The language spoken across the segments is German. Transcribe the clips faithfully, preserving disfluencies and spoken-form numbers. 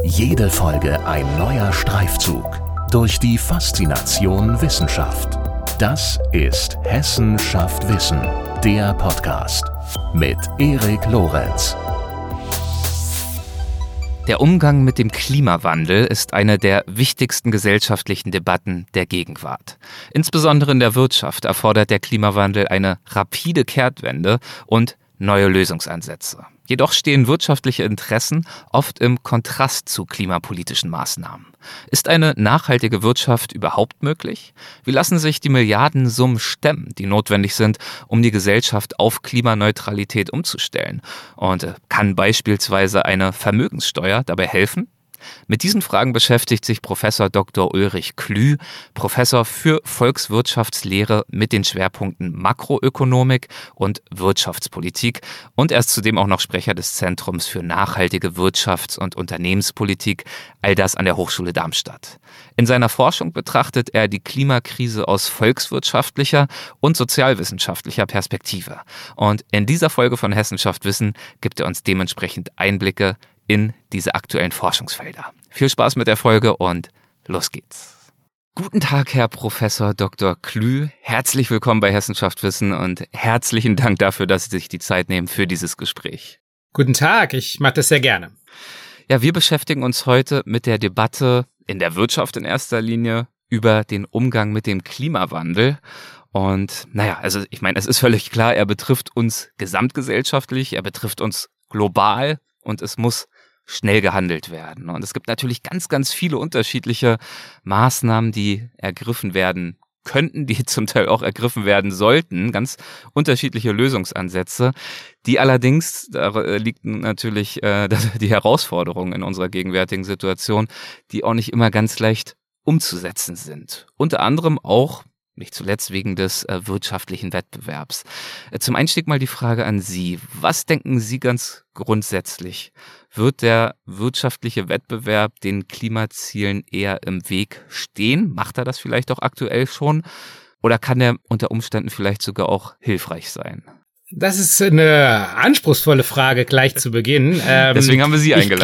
Jede Folge ein neuer Streifzug durch die Faszination Wissenschaft. Das ist Hessen schafft Wissen, der Podcast mit Erik Lorenz. Der Umgang mit dem Klimawandel ist eine der wichtigsten gesellschaftlichen Debatten der Gegenwart. Insbesondere in der Wirtschaft erfordert der Klimawandel eine rapide Kehrtwende und neue Lösungsansätze. Jedoch stehen wirtschaftliche Interessen oft im Kontrast zu klimapolitischen Maßnahmen. Ist eine nachhaltige Wirtschaft überhaupt möglich? Wie lassen sich die Milliardensummen stemmen, die notwendig sind, um die Gesellschaft auf Klimaneutralität umzustellen? Und kann beispielsweise eine Vermögenssteuer dabei helfen? Mit diesen Fragen beschäftigt sich Professor Doktor Ulrich Klü, Professor für Volkswirtschaftslehre mit den Schwerpunkten Makroökonomik und Wirtschaftspolitik, und er ist zudem auch noch Sprecher des Zentrums für nachhaltige Wirtschafts- und Unternehmenspolitik, all das an der Hochschule Darmstadt. In seiner Forschung betrachtet er die Klimakrise aus volkswirtschaftlicher und sozialwissenschaftlicher Perspektive. Und in dieser Folge von Hessen schafft Wissen gibt er uns dementsprechend Einblicke in diese aktuellen Forschungsfelder. Viel Spaß mit der Folge und los geht's. Guten Tag, Herr Professor Doktor Klü. Herzlich willkommen bei Hessen schafft Wissen und herzlichen Dank dafür, dass Sie sich die Zeit nehmen für dieses Gespräch. Guten Tag, ich mache das sehr gerne. Ja, wir beschäftigen uns heute mit der Debatte in der Wirtschaft in erster Linie über den Umgang mit dem Klimawandel. Und naja, also ich meine, es ist völlig klar, er betrifft uns gesamtgesellschaftlich, er betrifft uns global und es muss schnell gehandelt werden. Und es gibt natürlich ganz, ganz viele unterschiedliche Maßnahmen, die ergriffen werden könnten, die zum Teil auch ergriffen werden sollten, ganz unterschiedliche Lösungsansätze, die allerdings, da liegt natürlich äh, die Herausforderung in unserer gegenwärtigen Situation, die auch nicht immer ganz leicht umzusetzen sind. Unter anderem auch, nicht zuletzt wegen des äh, wirtschaftlichen Wettbewerbs. Äh, zum Einstieg mal die Frage an Sie. Was denken Sie ganz grundsätzlich? Wird der wirtschaftliche Wettbewerb den Klimazielen eher im Weg stehen? Macht er das vielleicht auch aktuell schon? Oder kann er unter Umständen vielleicht sogar auch hilfreich sein? Das ist eine anspruchsvolle Frage gleich zu Beginn. Ähm, Deswegen haben wir Sie eingeladen. Ich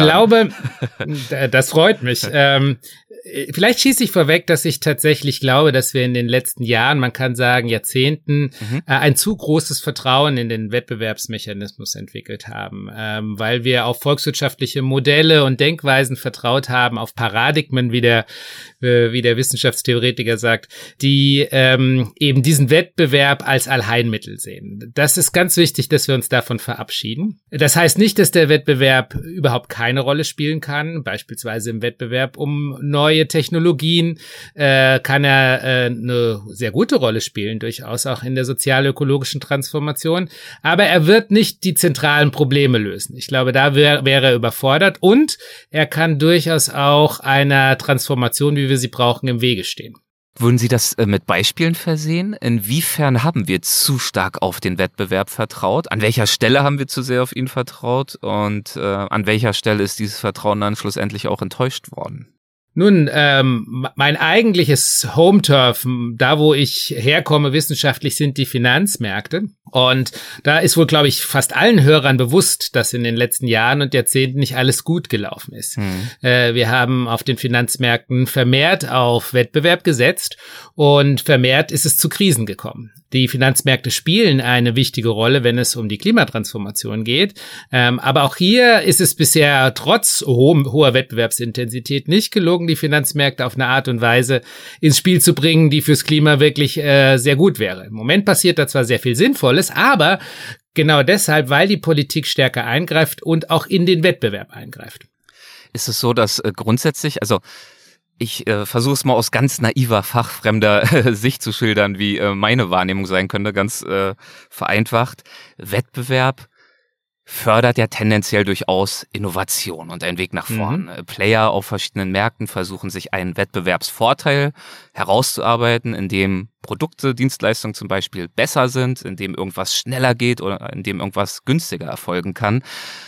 glaube, das freut mich. Ähm, vielleicht schieße ich vorweg, dass ich tatsächlich glaube, dass wir in den letzten Jahren, man kann sagen Jahrzehnten, mhm. äh, ein zu großes Vertrauen in den Wettbewerbsmechanismus entwickelt haben, ähm, weil wir auf volkswirtschaftliche Modelle und Denkweisen vertraut haben, auf Paradigmen, wie der, äh, wie der Wissenschaftstheoretiker sagt, die ähm, eben diesen Wettbewerb als Allheilmittel sehen. Das ist ganz wichtig, dass wir uns davon verabschieden. Das heißt nicht, dass der Wettbewerb überhaupt keine Rolle spielen kann. Beispielsweise im Wettbewerb um neue Technologien äh, kann er äh, eine sehr gute Rolle spielen, durchaus auch in der sozial-ökologischen Transformation. Aber er wird nicht die zentralen Probleme lösen. Ich glaube, da wär, wäre er überfordert, und er kann durchaus auch einer Transformation, wie wir sie brauchen, im Wege stehen. Würden Sie das mit Beispielen versehen? Inwiefern haben wir zu stark auf den Wettbewerb vertraut? An welcher Stelle haben wir zu sehr auf ihn vertraut? Und äh, an welcher Stelle ist dieses Vertrauen dann schlussendlich auch enttäuscht worden? Nun, ähm, mein eigentliches Home-Turf, da wo ich herkomme wissenschaftlich, sind die Finanzmärkte. Und da ist wohl, glaube ich, fast allen Hörern bewusst, dass in den letzten Jahren und Jahrzehnten nicht alles gut gelaufen ist. Mhm. Äh, wir haben auf den Finanzmärkten vermehrt auf Wettbewerb gesetzt und vermehrt ist es zu Krisen gekommen. Die Finanzmärkte spielen eine wichtige Rolle, wenn es um die Klimatransformation geht. Ähm, aber auch hier ist es bisher trotz hohem, hoher Wettbewerbsintensität nicht gelungen, die Finanzmärkte auf eine Art und Weise ins Spiel zu bringen, die fürs Klima wirklich äh, sehr gut wäre. Im Moment passiert da zwar sehr viel Sinnvolles, aber genau deshalb, weil die Politik stärker eingreift und auch in den Wettbewerb eingreift. Ist es so, dass äh, grundsätzlich, also ich äh, versuche es mal aus ganz naiver, fachfremder äh, Sicht zu schildern, wie äh, meine Wahrnehmung sein könnte, ganz äh, vereinfacht. Wettbewerb fördert ja tendenziell durchaus Innovation und einen Weg nach vorn. Mhm. Player auf verschiedenen Märkten versuchen sich einen Wettbewerbsvorteil herauszuarbeiten, in dem Produkte, Dienstleistungen zum Beispiel besser sind, in dem irgendwas schneller geht oder in dem irgendwas günstiger erfolgen kann.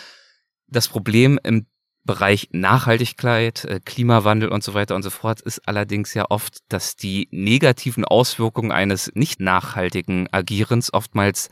Das Problem im Bereich Nachhaltigkeit, Klimawandel und so weiter und so fort ist allerdings ja oft, dass die negativen Auswirkungen eines nicht nachhaltigen Agierens oftmals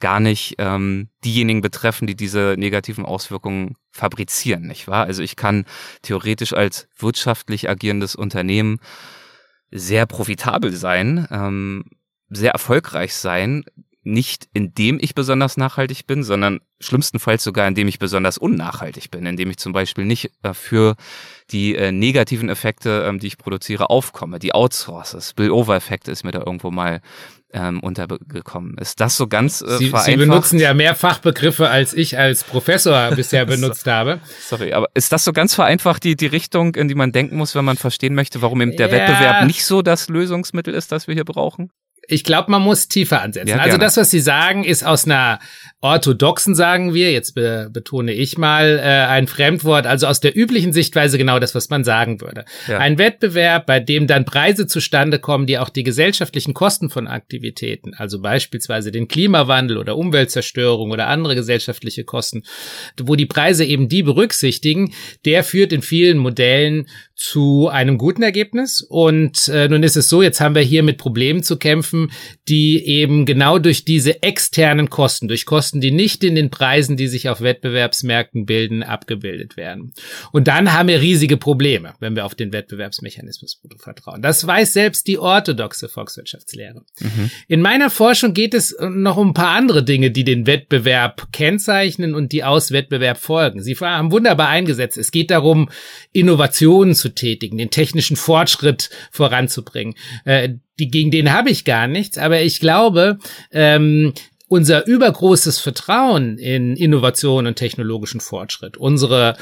gar nicht ähm, diejenigen betreffen, die diese negativen Auswirkungen fabrizieren, nicht wahr? Also ich kann theoretisch als wirtschaftlich agierendes Unternehmen sehr profitabel sein, ähm, sehr erfolgreich sein, nicht indem ich besonders nachhaltig bin, sondern schlimmstenfalls sogar indem ich besonders unnachhaltig bin, indem ich zum Beispiel nicht äh, für die äh, negativen Effekte, ähm, die ich produziere, aufkomme, die outsource. Spillover-Effekte ist mir da irgendwo mal ähm, untergekommen. Ist das so ganz äh, Sie, vereinfacht? Sie benutzen ja mehr Fachbegriffe, als ich als Professor bisher benutzt so, habe. Sorry, aber ist das so ganz vereinfacht die, die Richtung, in die man denken muss, wenn man verstehen möchte, warum eben der ja. Wettbewerb nicht so das Lösungsmittel ist, das wir hier brauchen? Ich glaube, man muss tiefer ansetzen. Ja, also gerne. das, was Sie sagen, ist aus einer orthodoxen, sagen wir, jetzt be- betone ich mal äh, ein Fremdwort, also aus der üblichen Sichtweise genau das, was man sagen würde. Ja. Ein Wettbewerb, bei dem dann Preise zustande kommen, die auch die gesellschaftlichen Kosten von Aktivitäten, also beispielsweise den Klimawandel oder Umweltzerstörung oder andere gesellschaftliche Kosten, wo die Preise eben die berücksichtigen, der führt in vielen Modellen zu einem guten Ergebnis. Und äh, nun ist es so, jetzt haben wir hier mit Problemen zu kämpfen, die eben genau durch diese externen Kosten, durch Kosten, die nicht in den Preisen, die sich auf Wettbewerbsmärkten bilden, abgebildet werden. Und dann haben wir riesige Probleme, wenn wir auf den Wettbewerbsmechanismus vertrauen. Das weiß selbst die orthodoxe Volkswirtschaftslehre. Mhm. In meiner Forschung geht es noch um ein paar andere Dinge, die den Wettbewerb kennzeichnen und die aus Wettbewerb folgen. Sie haben wunderbar eingesetzt. Es geht darum, Innovationen zu tätigen, den technischen Fortschritt voranzubringen. Äh, die, gegen den habe ich gar nichts, aber ich glaube, ähm, unser übergroßes Vertrauen in Innovation und technologischen Fortschritt, unsere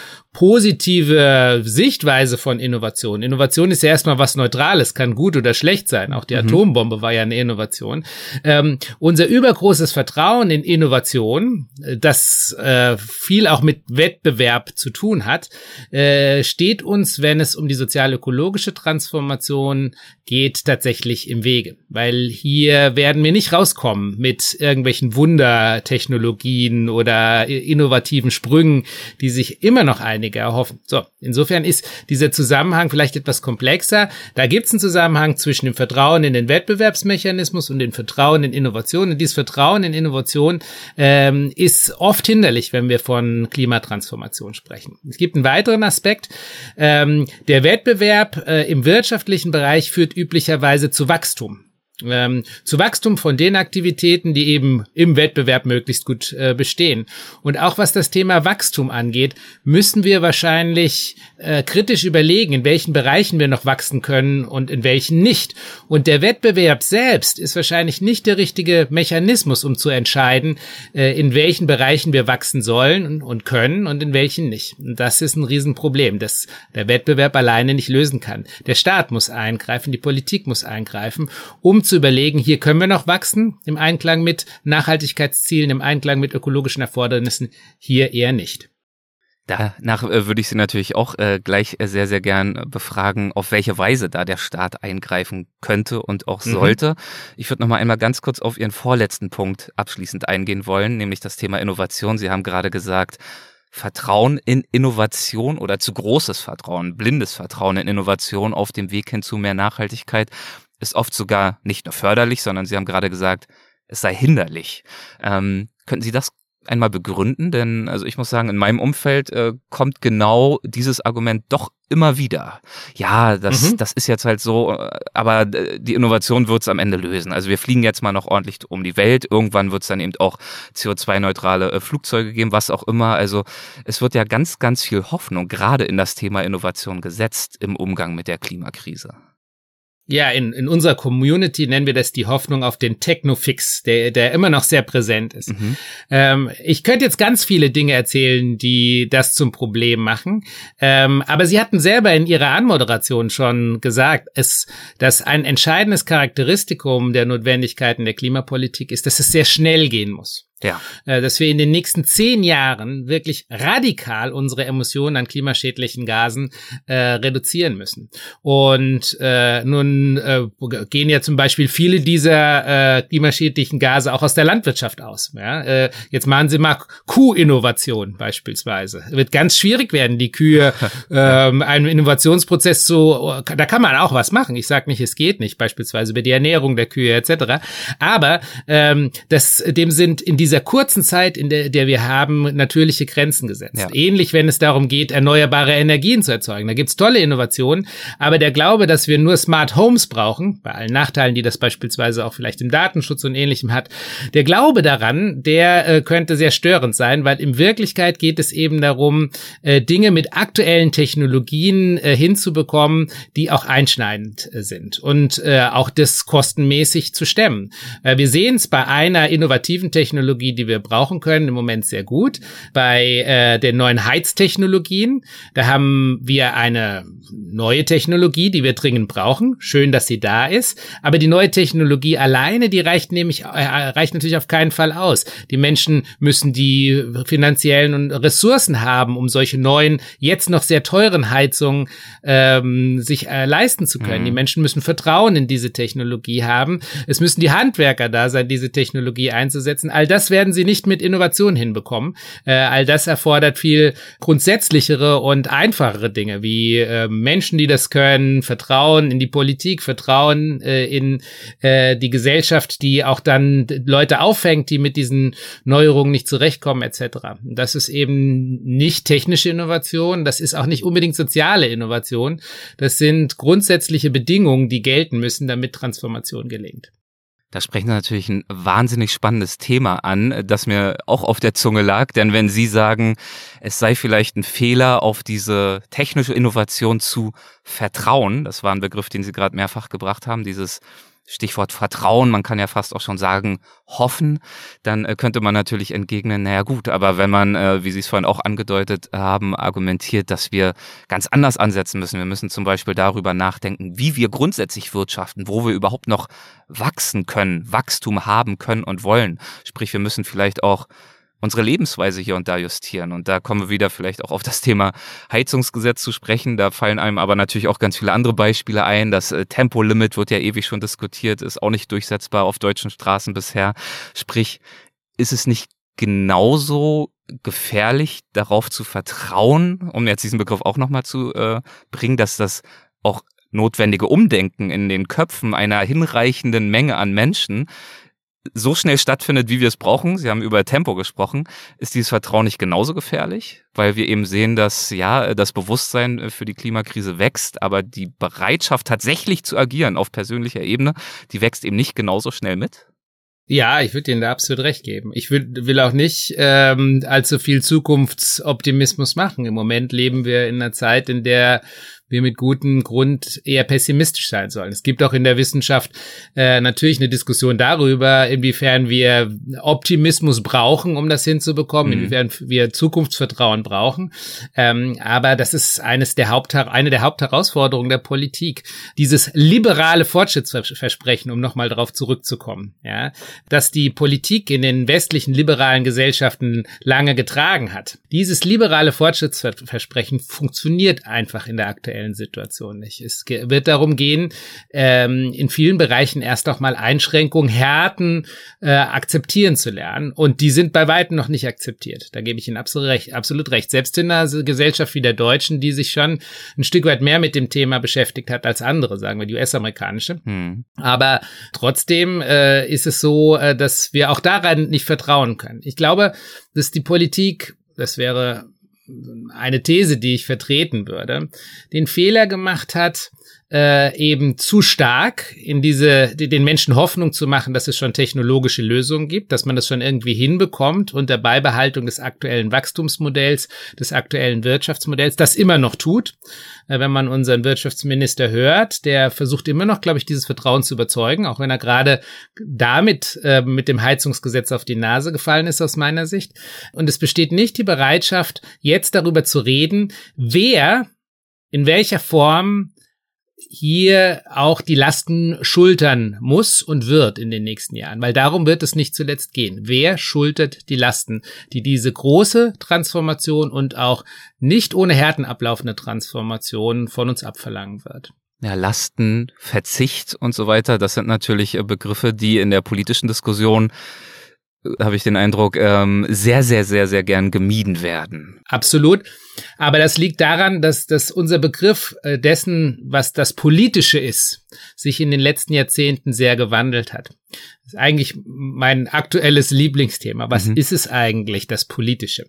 positive Sichtweise von Innovation. Innovation ist ja erstmal was Neutrales, kann gut oder schlecht sein. Auch die mhm. Atombombe war ja eine Innovation. Ähm, unser übergroßes Vertrauen in Innovation, das äh, viel auch mit Wettbewerb zu tun hat, äh, steht uns, wenn es um die sozial-ökologische Transformation geht, tatsächlich im Wege. Weil hier werden wir nicht rauskommen mit irgendwelchen Wundertechnologien oder innovativen Sprüngen, die sich immer noch einige erhoffen. So, insofern ist dieser Zusammenhang vielleicht etwas komplexer. Da gibt es einen Zusammenhang zwischen dem Vertrauen in den Wettbewerbsmechanismus und dem Vertrauen in Innovation. Und dieses Vertrauen in Innovation ähm, ist oft hinderlich, wenn wir von Klimatransformation sprechen. Es gibt einen weiteren Aspekt. Ähm, der Wettbewerb äh, im wirtschaftlichen Bereich führt üblicherweise zu Wachstum. Ähm, zu Wachstum von den Aktivitäten, die eben im Wettbewerb möglichst gut äh, bestehen. Und auch was das Thema Wachstum angeht, müssen wir wahrscheinlich äh, kritisch überlegen, in welchen Bereichen wir noch wachsen können und in welchen nicht. Und der Wettbewerb selbst ist wahrscheinlich nicht der richtige Mechanismus, um zu entscheiden, äh, in welchen Bereichen wir wachsen sollen und können und in welchen nicht. Und das ist ein Riesenproblem, das der Wettbewerb alleine nicht lösen kann. Der Staat muss eingreifen, die Politik muss eingreifen, um zu überlegen, hier können wir noch wachsen, im Einklang mit Nachhaltigkeitszielen, im Einklang mit ökologischen Erfordernissen, hier eher nicht. Danach äh, würde ich Sie natürlich auch äh, gleich äh, sehr, sehr gern befragen, auf welche Weise da der Staat eingreifen könnte und auch mhm. sollte. Ich würde noch mal einmal ganz kurz auf Ihren vorletzten Punkt abschließend eingehen wollen, nämlich das Thema Innovation. Sie haben gerade gesagt, Vertrauen in Innovation oder zu großes Vertrauen, blindes Vertrauen in Innovation auf dem Weg hin zu mehr Nachhaltigkeit ist oft sogar nicht nur förderlich, sondern Sie haben gerade gesagt, es sei hinderlich. Ähm, könnten Sie das einmal begründen? Denn also ich muss sagen, in meinem Umfeld äh, kommt genau dieses Argument doch immer wieder. Ja, das, mhm. das ist jetzt halt so, aber die Innovation wird es am Ende lösen. Also wir fliegen jetzt mal noch ordentlich um die Welt. Irgendwann wird es dann eben auch C O zwei neutrale äh, Flugzeuge geben, was auch immer. Also es wird ja ganz, ganz viel Hoffnung gerade in das Thema Innovation gesetzt im Umgang mit der Klimakrise. Ja, in, in unserer Community nennen wir das die Hoffnung auf den Technofix, der, der immer noch sehr präsent ist. Mhm. Ähm, ich könnte jetzt ganz viele Dinge erzählen, die das zum Problem machen. Ähm, aber Sie hatten selber in Ihrer Anmoderation schon gesagt, es, dass ein entscheidendes Charakteristikum der Notwendigkeiten der Klimapolitik ist, dass es sehr schnell gehen muss. Ja. Dass wir in den nächsten zehn Jahren wirklich radikal unsere Emissionen an klimaschädlichen Gasen äh, reduzieren müssen. Und äh, nun äh, gehen ja zum Beispiel viele dieser äh, klimaschädlichen Gase auch aus der Landwirtschaft aus. Ja? Äh, jetzt machen Sie mal Kuhinnovation beispielsweise. Wird ganz schwierig werden, die Kühe ähm, einem Innovationsprozess zu, da kann man auch was machen. Ich sage nicht, es geht nicht, beispielsweise über die Ernährung der Kühe et cetera. Aber ähm, das, dem sind in diesem dieser kurzen Zeit, in der, der wir haben, natürliche Grenzen gesetzt. Ja. Ähnlich, wenn es darum geht, erneuerbare Energien zu erzeugen. Da gibt's tolle Innovationen, aber der Glaube, dass wir nur Smart Homes brauchen, bei allen Nachteilen, die das beispielsweise auch vielleicht im Datenschutz und Ähnlichem hat, der Glaube daran, der äh, könnte sehr störend sein, weil in Wirklichkeit geht es eben darum, äh, Dinge mit aktuellen Technologien äh, hinzubekommen, die auch einschneidend äh, sind und äh, auch das kostenmäßig zu stemmen. Äh, wir sehen es bei einer innovativen Technologie, die wir brauchen können, im Moment sehr gut. Bei äh, den neuen Heiztechnologien, da haben wir eine neue Technologie, die wir dringend brauchen. Schön, dass sie da ist. Aber die neue Technologie alleine, die reicht nämlich, äh, reicht natürlich auf keinen Fall aus. Die Menschen müssen die finanziellen Ressourcen haben, um solche neuen, jetzt noch sehr teuren Heizungen ähm, sich äh, leisten zu können. Mhm. Die Menschen müssen Vertrauen in diese Technologie haben. Es müssen die Handwerker da sein, diese Technologie einzusetzen. All das werden sie nicht mit Innovation hinbekommen. Äh, all das erfordert viel grundsätzlichere und einfachere Dinge, wie äh, Menschen, die das können, Vertrauen in die Politik, Vertrauen äh, in äh, die Gesellschaft, die auch dann Leute auffängt, die mit diesen Neuerungen nicht zurechtkommen, et cetera. Das ist eben nicht technische Innovation, das ist auch nicht unbedingt soziale Innovation. Das sind grundsätzliche Bedingungen, die gelten müssen, damit Transformation gelingt. Da sprechen Sie natürlich ein wahnsinnig spannendes Thema an, das mir auch auf der Zunge lag. Denn wenn Sie sagen, es sei vielleicht ein Fehler, auf diese technische Innovation zu vertrauen, das war ein Begriff, den Sie gerade mehrfach gebracht haben, dieses Stichwort Vertrauen, man kann ja fast auch schon sagen, hoffen, dann äh, könnte man natürlich entgegnen, naja gut, aber wenn man, äh, wie Sie es vorhin auch angedeutet haben, argumentiert, dass wir ganz anders ansetzen müssen, wir müssen zum Beispiel darüber nachdenken, wie wir grundsätzlich wirtschaften, wo wir überhaupt noch wachsen können, Wachstum haben können und wollen. Sprich, wir müssen vielleicht auch unsere Lebensweise hier und da justieren. Und da kommen wir wieder vielleicht auch auf das Thema Heizungsgesetz zu sprechen. Da fallen einem aber natürlich auch ganz viele andere Beispiele ein. Das äh, Tempolimit wird ja ewig schon diskutiert, ist auch nicht durchsetzbar auf deutschen Straßen bisher. Sprich, ist es nicht genauso gefährlich, darauf zu vertrauen, um jetzt diesen Begriff auch nochmal zu äh, bringen, dass das auch notwendige Umdenken in den Köpfen einer hinreichenden Menge an Menschen so schnell stattfindet, wie wir es brauchen, Sie haben über Tempo gesprochen, ist dieses Vertrauen nicht genauso gefährlich? Weil wir eben sehen, dass ja das Bewusstsein für die Klimakrise wächst, aber die Bereitschaft tatsächlich zu agieren auf persönlicher Ebene, die wächst eben nicht genauso schnell mit? Ja, ich würde Ihnen da absolut recht geben. Ich will, will auch nicht ähm, allzu viel Zukunftsoptimismus machen. Im Moment leben wir in einer Zeit, in der wir mit gutem Grund eher pessimistisch sein sollen. Es gibt auch in der Wissenschaft äh, natürlich eine Diskussion darüber, inwiefern wir Optimismus brauchen, um das hinzubekommen, mhm. inwiefern wir Zukunftsvertrauen brauchen. Ähm, aber das ist eines der Haupt eine der Hauptherausforderungen der Politik. Dieses liberale Fortschrittsversprechen, um nochmal darauf zurückzukommen, ja, dass die Politik in den westlichen liberalen Gesellschaften lange getragen hat. Dieses liberale Fortschrittsversprechen funktioniert einfach in der aktuellen Situation nicht. Es wird darum gehen, ähm, in vielen Bereichen erst auch mal Einschränkungen, Härten äh, akzeptieren zu lernen. Und die sind bei weitem noch nicht akzeptiert. Da gebe ich Ihnen absolut recht. Absolut recht. Selbst in einer Gesellschaft wie der deutschen, die sich schon ein Stück weit mehr mit dem Thema beschäftigt hat als andere, sagen wir die U S-amerikanische. Hm. Aber trotzdem äh, ist es so, äh, dass wir auch daran nicht vertrauen können. Ich glaube, dass die Politik, das wäre eine These, die ich vertreten würde, den Fehler gemacht hat, äh, eben zu stark in diese, den Menschen Hoffnung zu machen, dass es schon technologische Lösungen gibt, dass man das schon irgendwie hinbekommt unter Beibehaltung des aktuellen Wachstumsmodells, des aktuellen Wirtschaftsmodells, das immer noch tut. Äh, wenn man unseren Wirtschaftsminister hört, der versucht immer noch, glaube ich, dieses Vertrauen zu überzeugen, auch wenn er gerade damit äh, mit dem Heizungsgesetz auf die Nase gefallen ist aus meiner Sicht. Und es besteht nicht die Bereitschaft, jetzt darüber zu reden, wer in welcher Form hier auch die Lasten schultern muss und wird in den nächsten Jahren, weil darum wird es nicht zuletzt gehen. Wer schultert die Lasten, die diese große Transformation und auch nicht ohne Härten ablaufende Transformation von uns abverlangen wird? Ja, Lasten, Verzicht und so weiter, das sind natürlich Begriffe, die in der politischen Diskussion habe ich den Eindruck, ähm, sehr, sehr, sehr, sehr gern gemieden werden. Absolut. Aber das liegt daran, dass, dass unser Begriff dessen, was das Politische ist, sich in den letzten Jahrzehnten sehr gewandelt hat. Das ist eigentlich mein aktuelles Lieblingsthema. Was mhm. ist es eigentlich, das Politische?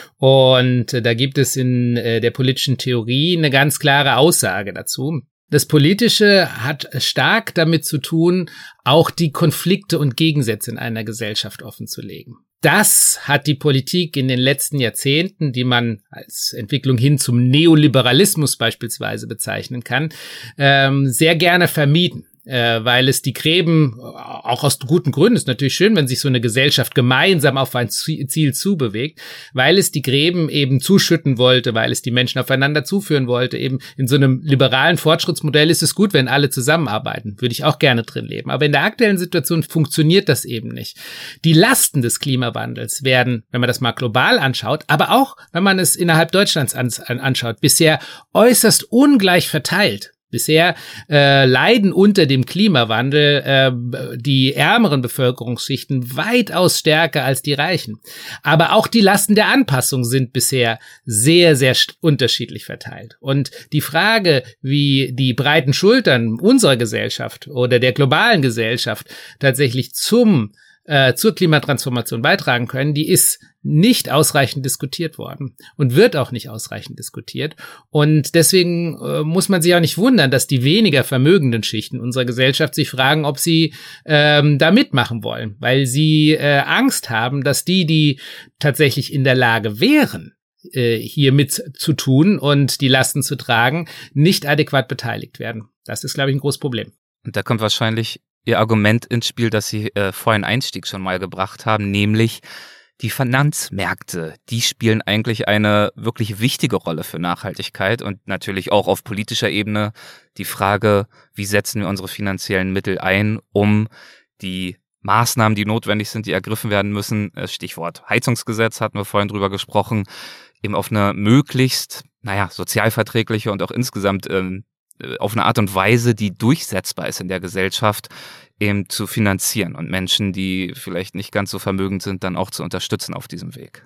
Und äh, da gibt es in äh, der politischen Theorie eine ganz klare Aussage dazu. Das Politische hat stark damit zu tun, auch die Konflikte und Gegensätze in einer Gesellschaft offenzulegen. Das hat die Politik in den letzten Jahrzehnten, die man als Entwicklung hin zum Neoliberalismus beispielsweise bezeichnen kann, ähm, sehr gerne vermieden. Äh, weil es die Gräben, auch aus guten Gründen, ist natürlich schön, wenn sich so eine Gesellschaft gemeinsam auf ein Ziel zubewegt, weil es die Gräben eben zuschütten wollte, weil es die Menschen aufeinander zuführen wollte. Eben in so einem liberalen Fortschrittsmodell ist es gut, wenn alle zusammenarbeiten. Würde ich auch gerne drin leben. Aber in der aktuellen Situation funktioniert das eben nicht. Die Lasten des Klimawandels werden, wenn man das mal global anschaut, aber auch, wenn man es innerhalb Deutschlands anschaut, bisher äußerst ungleich verteilt. Bisher äh, leiden unter dem Klimawandel äh, die ärmeren Bevölkerungsschichten weitaus stärker als die Reichen. Aber auch die Lasten der Anpassung sind bisher sehr, sehr unterschiedlich verteilt. Und die Frage, wie die breiten Schultern unserer Gesellschaft oder der globalen Gesellschaft tatsächlich zum äh, zur Klimatransformation beitragen können, die ist nicht ausreichend diskutiert worden und wird auch nicht ausreichend diskutiert. Und deswegen äh, muss man sich auch nicht wundern, dass die weniger vermögenden Schichten unserer Gesellschaft sich fragen, ob sie ähm, da mitmachen wollen, weil sie äh, Angst haben, dass die, die tatsächlich in der Lage wären, äh, hier mit zu tun und die Lasten zu tragen, nicht adäquat beteiligt werden. Das ist, glaube ich, ein großes Problem. Und da kommt wahrscheinlich Ihr Argument ins Spiel, das Sie äh, vor den Einstieg schon mal gebracht haben, nämlich die Finanzmärkte. Die spielen eigentlich eine wirklich wichtige Rolle für Nachhaltigkeit und natürlich auch auf politischer Ebene die Frage, wie setzen wir unsere finanziellen Mittel ein, um die Maßnahmen, die notwendig sind, die ergriffen werden müssen, Stichwort Heizungsgesetz hatten wir vorhin drüber gesprochen, eben auf eine möglichst, naja, sozialverträgliche und auch insgesamt ähm, auf eine Art und Weise, die durchsetzbar ist in der Gesellschaft, eben zu finanzieren und Menschen, die vielleicht nicht ganz so vermögend sind, dann auch zu unterstützen auf diesem Weg.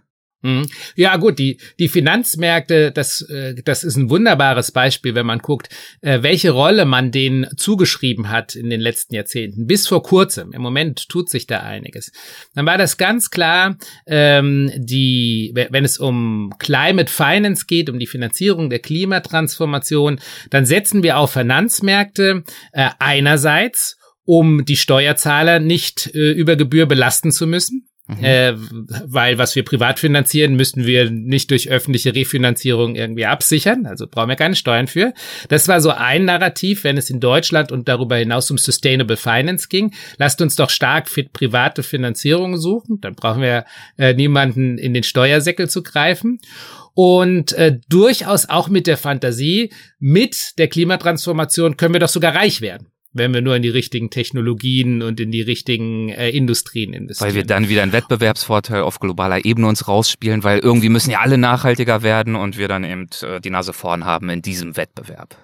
Ja gut, die die Finanzmärkte, das das ist ein wunderbares Beispiel, wenn man guckt, welche Rolle man denen zugeschrieben hat in den letzten Jahrzehnten. Bis vor kurzem, im Moment tut sich da einiges. Dann war das ganz klar, ähm, die wenn es um Climate Finance geht, um die Finanzierung der Klimatransformation, dann setzen wir auf Finanzmärkte äh, einerseits, um die Steuerzahler nicht äh, über Gebühr belasten zu müssen. Mhm. Äh, weil was wir privat finanzieren, müssten wir nicht durch öffentliche Refinanzierung irgendwie absichern, also brauchen wir keine Steuern für. Das war so ein Narrativ, wenn es in Deutschland und darüber hinaus um Sustainable Finance ging. Lasst uns doch stark für private Finanzierung suchen, dann brauchen wir äh, niemanden in den Steuersäckel zu greifen. Und äh, durchaus auch mit der Fantasie, mit der Klimatransformation können wir doch sogar reich werden, wenn wir nur in die richtigen Technologien und in die richtigen äh, Industrien investieren. Weil wir dann wieder einen Wettbewerbsvorteil auf globaler Ebene uns rausspielen, weil irgendwie müssen ja alle nachhaltiger werden und wir dann eben äh, die Nase vorn haben in diesem Wettbewerb.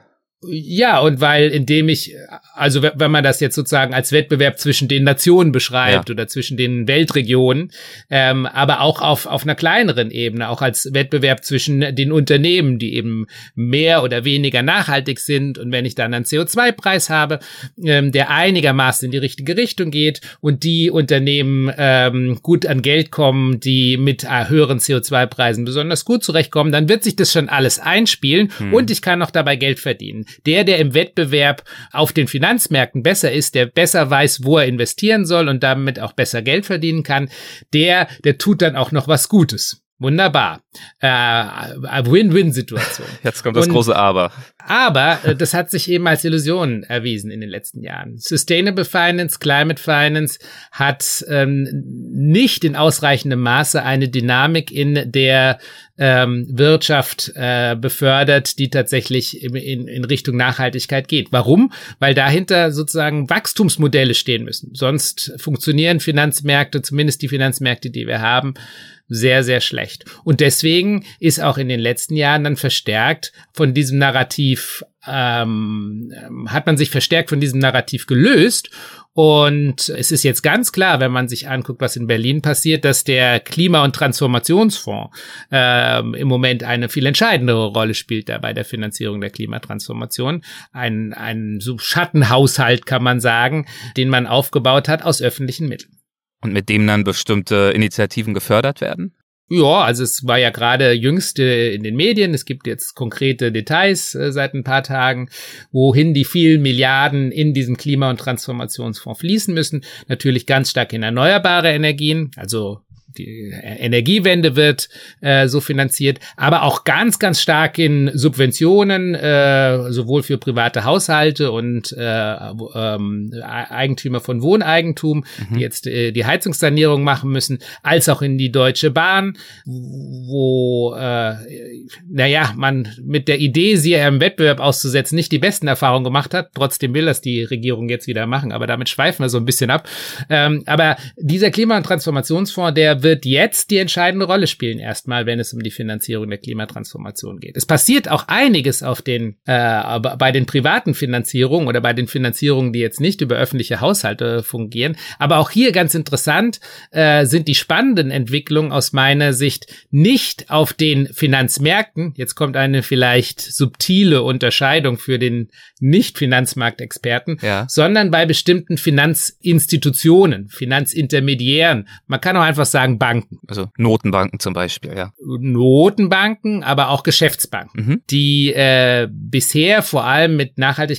Ja, und weil indem ich, also wenn man das jetzt sozusagen als Wettbewerb zwischen den Nationen beschreibt ja. oder zwischen den Weltregionen, ähm, aber auch auf auf einer kleineren Ebene, auch als Wettbewerb zwischen den Unternehmen, die eben mehr oder weniger nachhaltig sind, und wenn ich dann einen C O zwei Preis habe, ähm, der einigermaßen in die richtige Richtung geht und die Unternehmen ähm, gut an Geld kommen, die mit äh, höheren C O zwei Preisen besonders gut zurechtkommen, dann wird sich das schon alles einspielen hm. und ich kann noch dabei Geld verdienen. Der, der im Wettbewerb auf den Finanzmärkten besser ist, der besser weiß, wo er investieren soll und damit auch besser Geld verdienen kann, der, der tut dann auch noch was Gutes. Wunderbar. Äh, Win-Win-Situation. Jetzt kommt das und, große Aber. Aber äh, das hat sich eben als Illusion erwiesen in den letzten Jahren. Sustainable Finance, Climate Finance hat ähm, nicht in ausreichendem Maße eine Dynamik in der ähm, Wirtschaft äh, befördert, die tatsächlich in, in, in Richtung Nachhaltigkeit geht. Warum? Weil dahinter sozusagen Wachstumsmodelle stehen müssen. Sonst funktionieren Finanzmärkte, zumindest die Finanzmärkte, die wir haben, sehr, sehr schlecht. Und deswegen ist auch in den letzten Jahren dann verstärkt von diesem Narrativ ähm, hat man sich verstärkt von diesem Narrativ gelöst. Und es ist jetzt ganz klar, wenn man sich anguckt, was in Berlin passiert, dass der Klima- und Transformationsfonds äh, im Moment eine viel entscheidendere Rolle spielt da bei der Finanzierung der Klimatransformation. Ein, ein so Schattenhaushalt, kann man sagen, den man aufgebaut hat aus öffentlichen Mitteln. Und mit dem dann bestimmte Initiativen gefördert werden? Ja, also es war ja gerade jüngst äh, in den Medien, es gibt jetzt konkrete Details äh, seit ein paar Tagen, wohin die vielen Milliarden in diesen Klima- und Transformationsfonds fließen müssen. Natürlich ganz stark in erneuerbare Energien, also die Energiewende wird äh, so finanziert, aber auch ganz, ganz stark in Subventionen, äh, sowohl für private Haushalte und äh, ähm, Eigentümer von Wohneigentum, mhm. die jetzt äh, die Heizungssanierung machen müssen, als auch in die Deutsche Bahn, wo, äh, naja, man mit der Idee, sie im Wettbewerb auszusetzen, nicht die besten Erfahrungen gemacht hat. Trotzdem will das die Regierung jetzt wieder machen, aber damit schweifen wir so ein bisschen ab. Ähm, aber dieser Klima- und Transformationsfonds, der wird jetzt die entscheidende Rolle spielen, erstmal, wenn es um die Finanzierung der Klimatransformation geht. Es passiert auch einiges auf den, äh, bei den privaten Finanzierungen oder bei den Finanzierungen, die jetzt nicht über öffentliche Haushalte fungieren. Aber auch hier ganz interessant äh, sind die spannenden Entwicklungen aus meiner Sicht nicht auf den Finanzmärkten. Jetzt kommt eine vielleicht subtile Unterscheidung für den Nicht-Finanzmarktexperten, ja. sondern bei bestimmten Finanzinstitutionen, Finanzintermediären. Man kann auch einfach sagen, Banken. Also Notenbanken zum Beispiel, ja. Notenbanken, aber auch Geschäftsbanken, mhm. die äh, bisher vor allem mit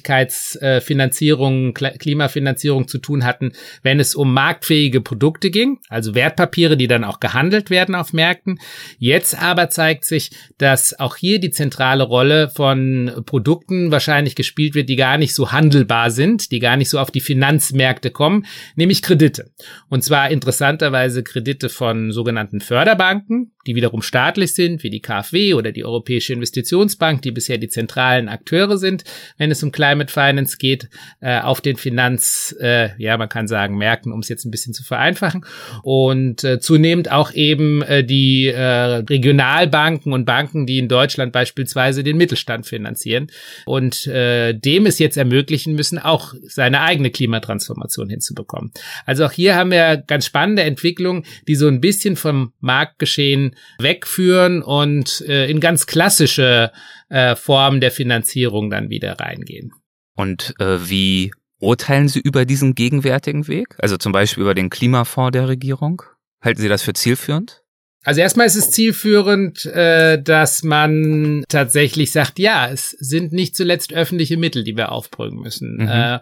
Nachhaltigkeitsfinanzierung, äh, Klimafinanzierung zu tun hatten, wenn es um marktfähige Produkte ging, also Wertpapiere, die dann auch gehandelt werden auf Märkten. Jetzt aber zeigt sich, dass auch hier die zentrale Rolle von Produkten wahrscheinlich gespielt wird, die gar nicht so handelbar sind, die gar nicht so auf die Finanzmärkte kommen, nämlich Kredite. Und zwar interessanterweise Kredite von sogenannten Förderbanken, die wiederum staatlich sind, wie die KfW oder die Europäische Investitionsbank, die bisher die zentralen Akteure sind, wenn es um Climate Finance geht, äh, auf den Finanz, äh, ja, man kann sagen Märkten, um es jetzt ein bisschen zu vereinfachen. Und äh, zunehmend auch eben äh, die äh, Regionalbanken und Banken, die in Deutschland beispielsweise den Mittelstand finanzieren und äh, dem es jetzt ermöglichen müssen, auch seine eigene Klimatransformation hinzubekommen. Also auch hier haben wir ganz spannende Entwicklungen, die so ein bisschen vom Marktgeschehen wegführen und äh, in ganz klassische äh, Formen der Finanzierung dann wieder reingehen. Und äh, wie urteilen Sie über diesen gegenwärtigen Weg? Also zum Beispiel über den Klimafonds der Regierung? Halten Sie das für zielführend? Also erstmal ist es zielführend, äh, dass man tatsächlich sagt, ja, es sind nicht zuletzt öffentliche Mittel, die wir aufbringen müssen. Mhm. Äh,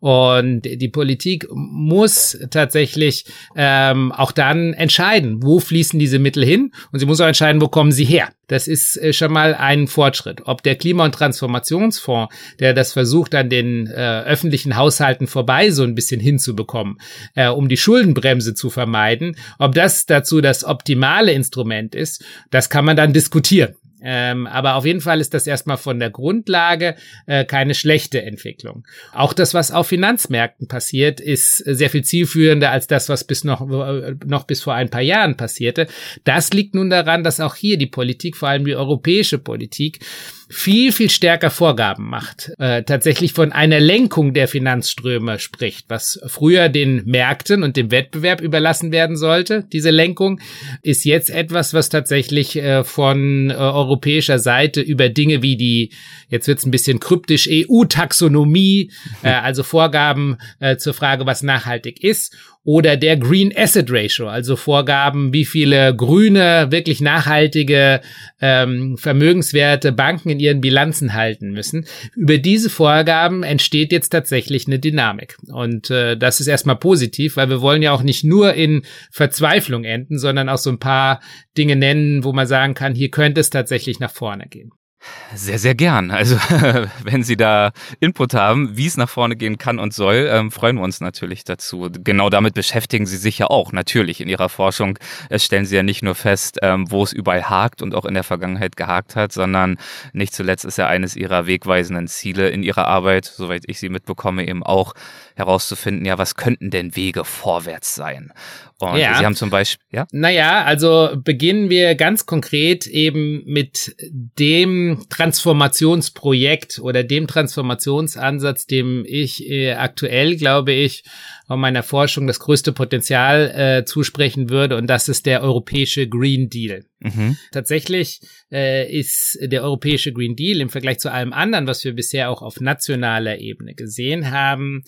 und die Politik muss tatsächlich ähm, auch dann entscheiden, wo fließen diese Mittel hin, und sie muss auch entscheiden, wo kommen sie her. Das ist äh, schon mal ein Fortschritt. Ob der Klima- und Transformationsfonds, der das versucht, an den äh, öffentlichen Haushalten vorbei so ein bisschen hinzubekommen, äh, um die Schuldenbremse zu vermeiden, ob das dazu das optimale Instrument ist, das kann man dann diskutieren. Ähm, aber auf jeden Fall ist das erstmal von der Grundlage äh, keine schlechte Entwicklung. Auch das, was auf Finanzmärkten passiert, ist sehr viel zielführender als das, was bis noch, noch bis vor ein paar Jahren passierte. Das liegt nun daran, dass auch hier die Politik, vor allem die europäische Politik, viel, viel stärker Vorgaben macht, äh, tatsächlich von einer Lenkung der Finanzströme spricht, was früher den Märkten und dem Wettbewerb überlassen werden sollte. Diese Lenkung ist jetzt etwas, was tatsächlich äh, von äh, europäischer Seite über Dinge wie die, jetzt wird's ein bisschen kryptisch, E U-Taxonomie, äh, also Vorgaben äh, zur Frage, was nachhaltig ist, oder der Green Asset Ratio, also Vorgaben, wie viele grüne, wirklich nachhaltige ähm, Vermögenswerte Banken in ihren Bilanzen halten müssen. Über diese Vorgaben entsteht jetzt tatsächlich eine Dynamik. Und äh, das ist erstmal positiv, weil wir wollen ja auch nicht nur in Verzweiflung enden, sondern auch so ein paar Dinge nennen, wo man sagen kann, hier könnte es tatsächlich nach vorne gehen. Sehr, sehr gern. Also wenn Sie da Input haben, wie es nach vorne gehen kann und soll, ähm, freuen wir uns natürlich dazu. Genau damit beschäftigen Sie sich ja auch natürlich in Ihrer Forschung. Es stellen Sie ja nicht nur fest, ähm, wo es überall hakt und auch in der Vergangenheit gehakt hat, sondern nicht zuletzt ist ja eines Ihrer wegweisenden Ziele in Ihrer Arbeit, soweit ich Sie mitbekomme, eben auch herauszufinden, ja, was könnten denn Wege vorwärts sein? Und ja. Sie haben zum Beispiel, ja? Naja, also beginnen wir ganz konkret eben mit dem dem Transformationsprojekt oder dem Transformationsansatz, dem ich äh, aktuell, glaube ich, von meiner Forschung das größte Potenzial äh, zusprechen würde, und das ist der europäische Green Deal. Mhm. Tatsächlich äh, ist der europäische Green Deal im Vergleich zu allem anderen, was wir bisher auch auf nationaler Ebene gesehen haben,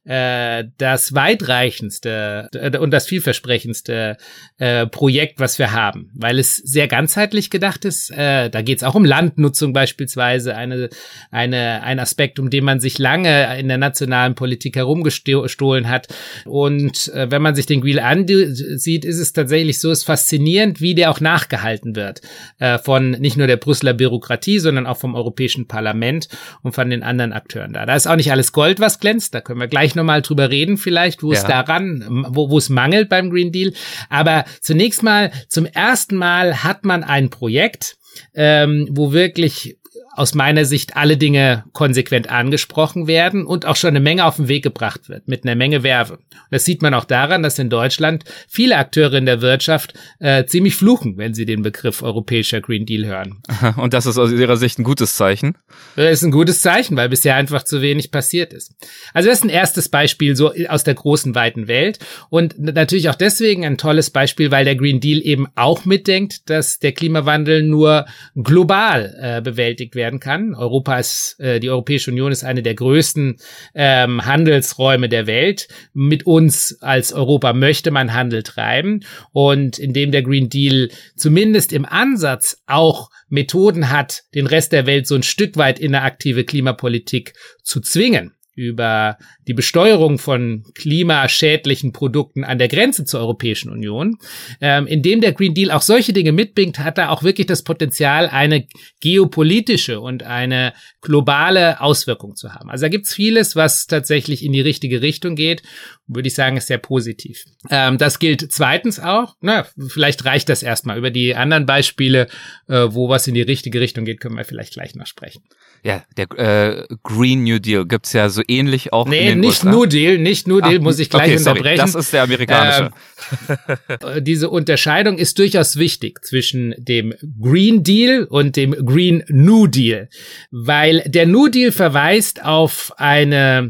äh, das weitreichendste äh, und das vielversprechendste äh, Projekt, was wir haben, weil es sehr ganzheitlich gedacht ist. Äh, da geht es auch um Landnutzung beispielsweise, eine, eine, ein Aspekt, um den man sich lange in der nationalen Politik herumgestohlen hat. Und äh, wenn man sich den Green ansieht, ist es tatsächlich so, es ist faszinierend, wie der auch nachgehalten wird äh, von nicht nur der Brüsseler Bürokratie, sondern auch vom Europäischen Parlament und von den anderen Akteuren da. Da ist auch nicht alles Gold, was glänzt. Da können wir gleich nochmal drüber reden vielleicht, wo ja. es daran, wo, wo es mangelt beim Green Deal. Aber zunächst mal, zum ersten Mal hat man ein Projekt, ähm, wo wirklich aus meiner Sicht alle Dinge konsequent angesprochen werden und auch schon eine Menge auf den Weg gebracht wird, mit einer Menge Werbe. Das sieht man auch daran, dass in Deutschland viele Akteure in der Wirtschaft äh, ziemlich fluchen, wenn sie den Begriff europäischer Green Deal hören. Und das ist aus Ihrer Sicht ein gutes Zeichen? Das ist ein gutes Zeichen, weil bisher einfach zu wenig passiert ist. Also das ist ein erstes Beispiel so aus der großen, weiten Welt und natürlich auch deswegen ein tolles Beispiel, weil der Green Deal eben auch mitdenkt, dass der Klimawandel nur global äh, bewältigt werden kann. Europa ist, äh, die Europäische Union ist eine der größten ähm, Handelsräume der Welt. Mit uns als Europa möchte man Handel treiben. Und indem der Green Deal zumindest im Ansatz auch Methoden hat, den Rest der Welt so ein Stück weit in eine aktive Klimapolitik zu zwingen, über die Besteuerung von klimaschädlichen Produkten an der Grenze zur Europäischen Union. Ähm, indem der Green Deal auch solche Dinge mitbringt, hat er auch wirklich das Potenzial, eine geopolitische und eine globale Auswirkung zu haben. Also da gibt's vieles, was tatsächlich in die richtige Richtung geht. Würde ich sagen, ist sehr positiv. Ähm, das gilt zweitens auch, na, vielleicht reicht das erstmal. Über die anderen Beispiele, äh, wo was in die richtige Richtung geht, können wir vielleicht gleich noch sprechen. Ja, der äh, Green New Deal gibt's ja so ähnlich auch nee, in den nicht U S A. New Deal, nicht New Deal, ah, muss ich gleich okay, unterbrechen. Sorry, das ist der amerikanische. Ähm, diese Unterscheidung ist durchaus wichtig zwischen dem Green Deal und dem Green New Deal, weil der New Deal verweist auf eine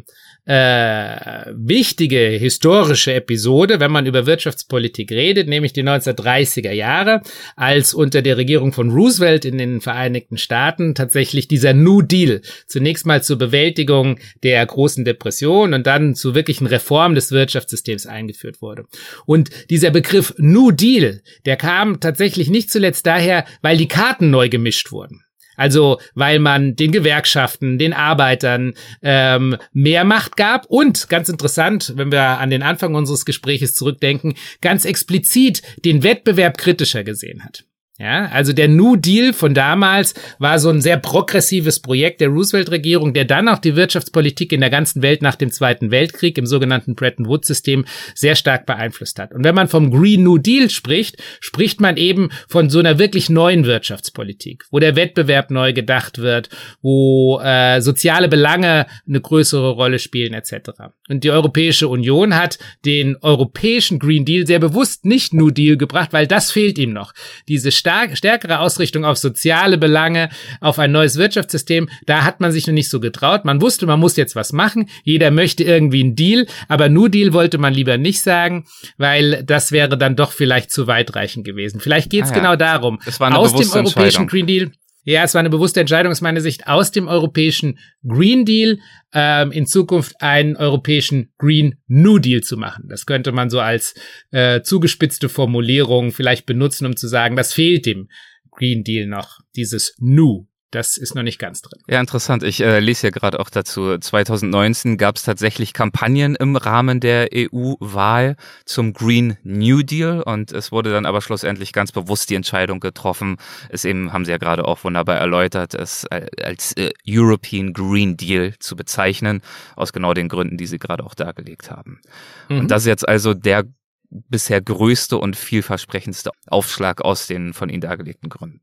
äh, wichtige historische Episode, wenn man über Wirtschaftspolitik redet, nämlich die neunzehnhundertdreißiger Jahre, als unter der Regierung von Roosevelt in den Vereinigten Staaten tatsächlich dieser New Deal zunächst mal zur Bewältigung der großen Depression und dann zu wirklichen Reform des Wirtschaftssystems eingeführt wurde. Und dieser Begriff New Deal, der kam tatsächlich nicht zuletzt daher, weil die Karten neu gemischt wurden. Also weil man den Gewerkschaften, den Arbeitern ähm, mehr Macht gab und, ganz interessant, wenn wir an den Anfang unseres Gespräches zurückdenken, ganz explizit den Wettbewerb kritischer gesehen hat. Ja, also der New Deal von damals war so ein sehr progressives Projekt der Roosevelt-Regierung, der dann auch die Wirtschaftspolitik in der ganzen Welt nach dem Zweiten Weltkrieg im sogenannten Bretton-Woods-System sehr stark beeinflusst hat. Und wenn man vom Green New Deal spricht, spricht man eben von so einer wirklich neuen Wirtschaftspolitik, wo der Wettbewerb neu gedacht wird, wo äh, soziale Belange eine größere Rolle spielen et cetera. Und die Europäische Union hat den europäischen Green Deal sehr bewusst nicht New Deal gebracht, weil das fehlt ihm noch. Diese stark, stärkere Ausrichtung auf soziale Belange, auf ein neues Wirtschaftssystem, da hat man sich noch nicht so getraut. Man wusste, man muss jetzt was machen. Jeder möchte irgendwie einen Deal, aber New Deal wollte man lieber nicht sagen, weil das wäre dann doch vielleicht zu weitreichend gewesen. Vielleicht geht es ah, ja. genau darum. Es war eine aus bewusste dem europäischen Entscheidung. Green Deal. Ja, es war eine bewusste Entscheidung aus meiner Sicht, aus dem europäischen Green Deal ähm, in Zukunft einen europäischen Green New Deal zu machen. Das könnte man so als äh, zugespitzte Formulierung vielleicht benutzen, um zu sagen, das fehlt dem Green Deal noch, dieses New. Das ist noch nicht ganz drin. Ja, interessant. Ich äh, lese ja gerade auch dazu. zwanzig neunzehn gab es tatsächlich Kampagnen im Rahmen der E U-Wahl zum Green New Deal und es wurde dann aber schlussendlich ganz bewusst die Entscheidung getroffen, es eben, haben Sie ja gerade auch wunderbar erläutert, es als äh, European Green Deal zu bezeichnen, aus genau den Gründen, die Sie gerade auch dargelegt haben. Mhm. Und das ist jetzt also der bisher größte und vielversprechendste Aufschlag aus den von Ihnen dargelegten Gründen.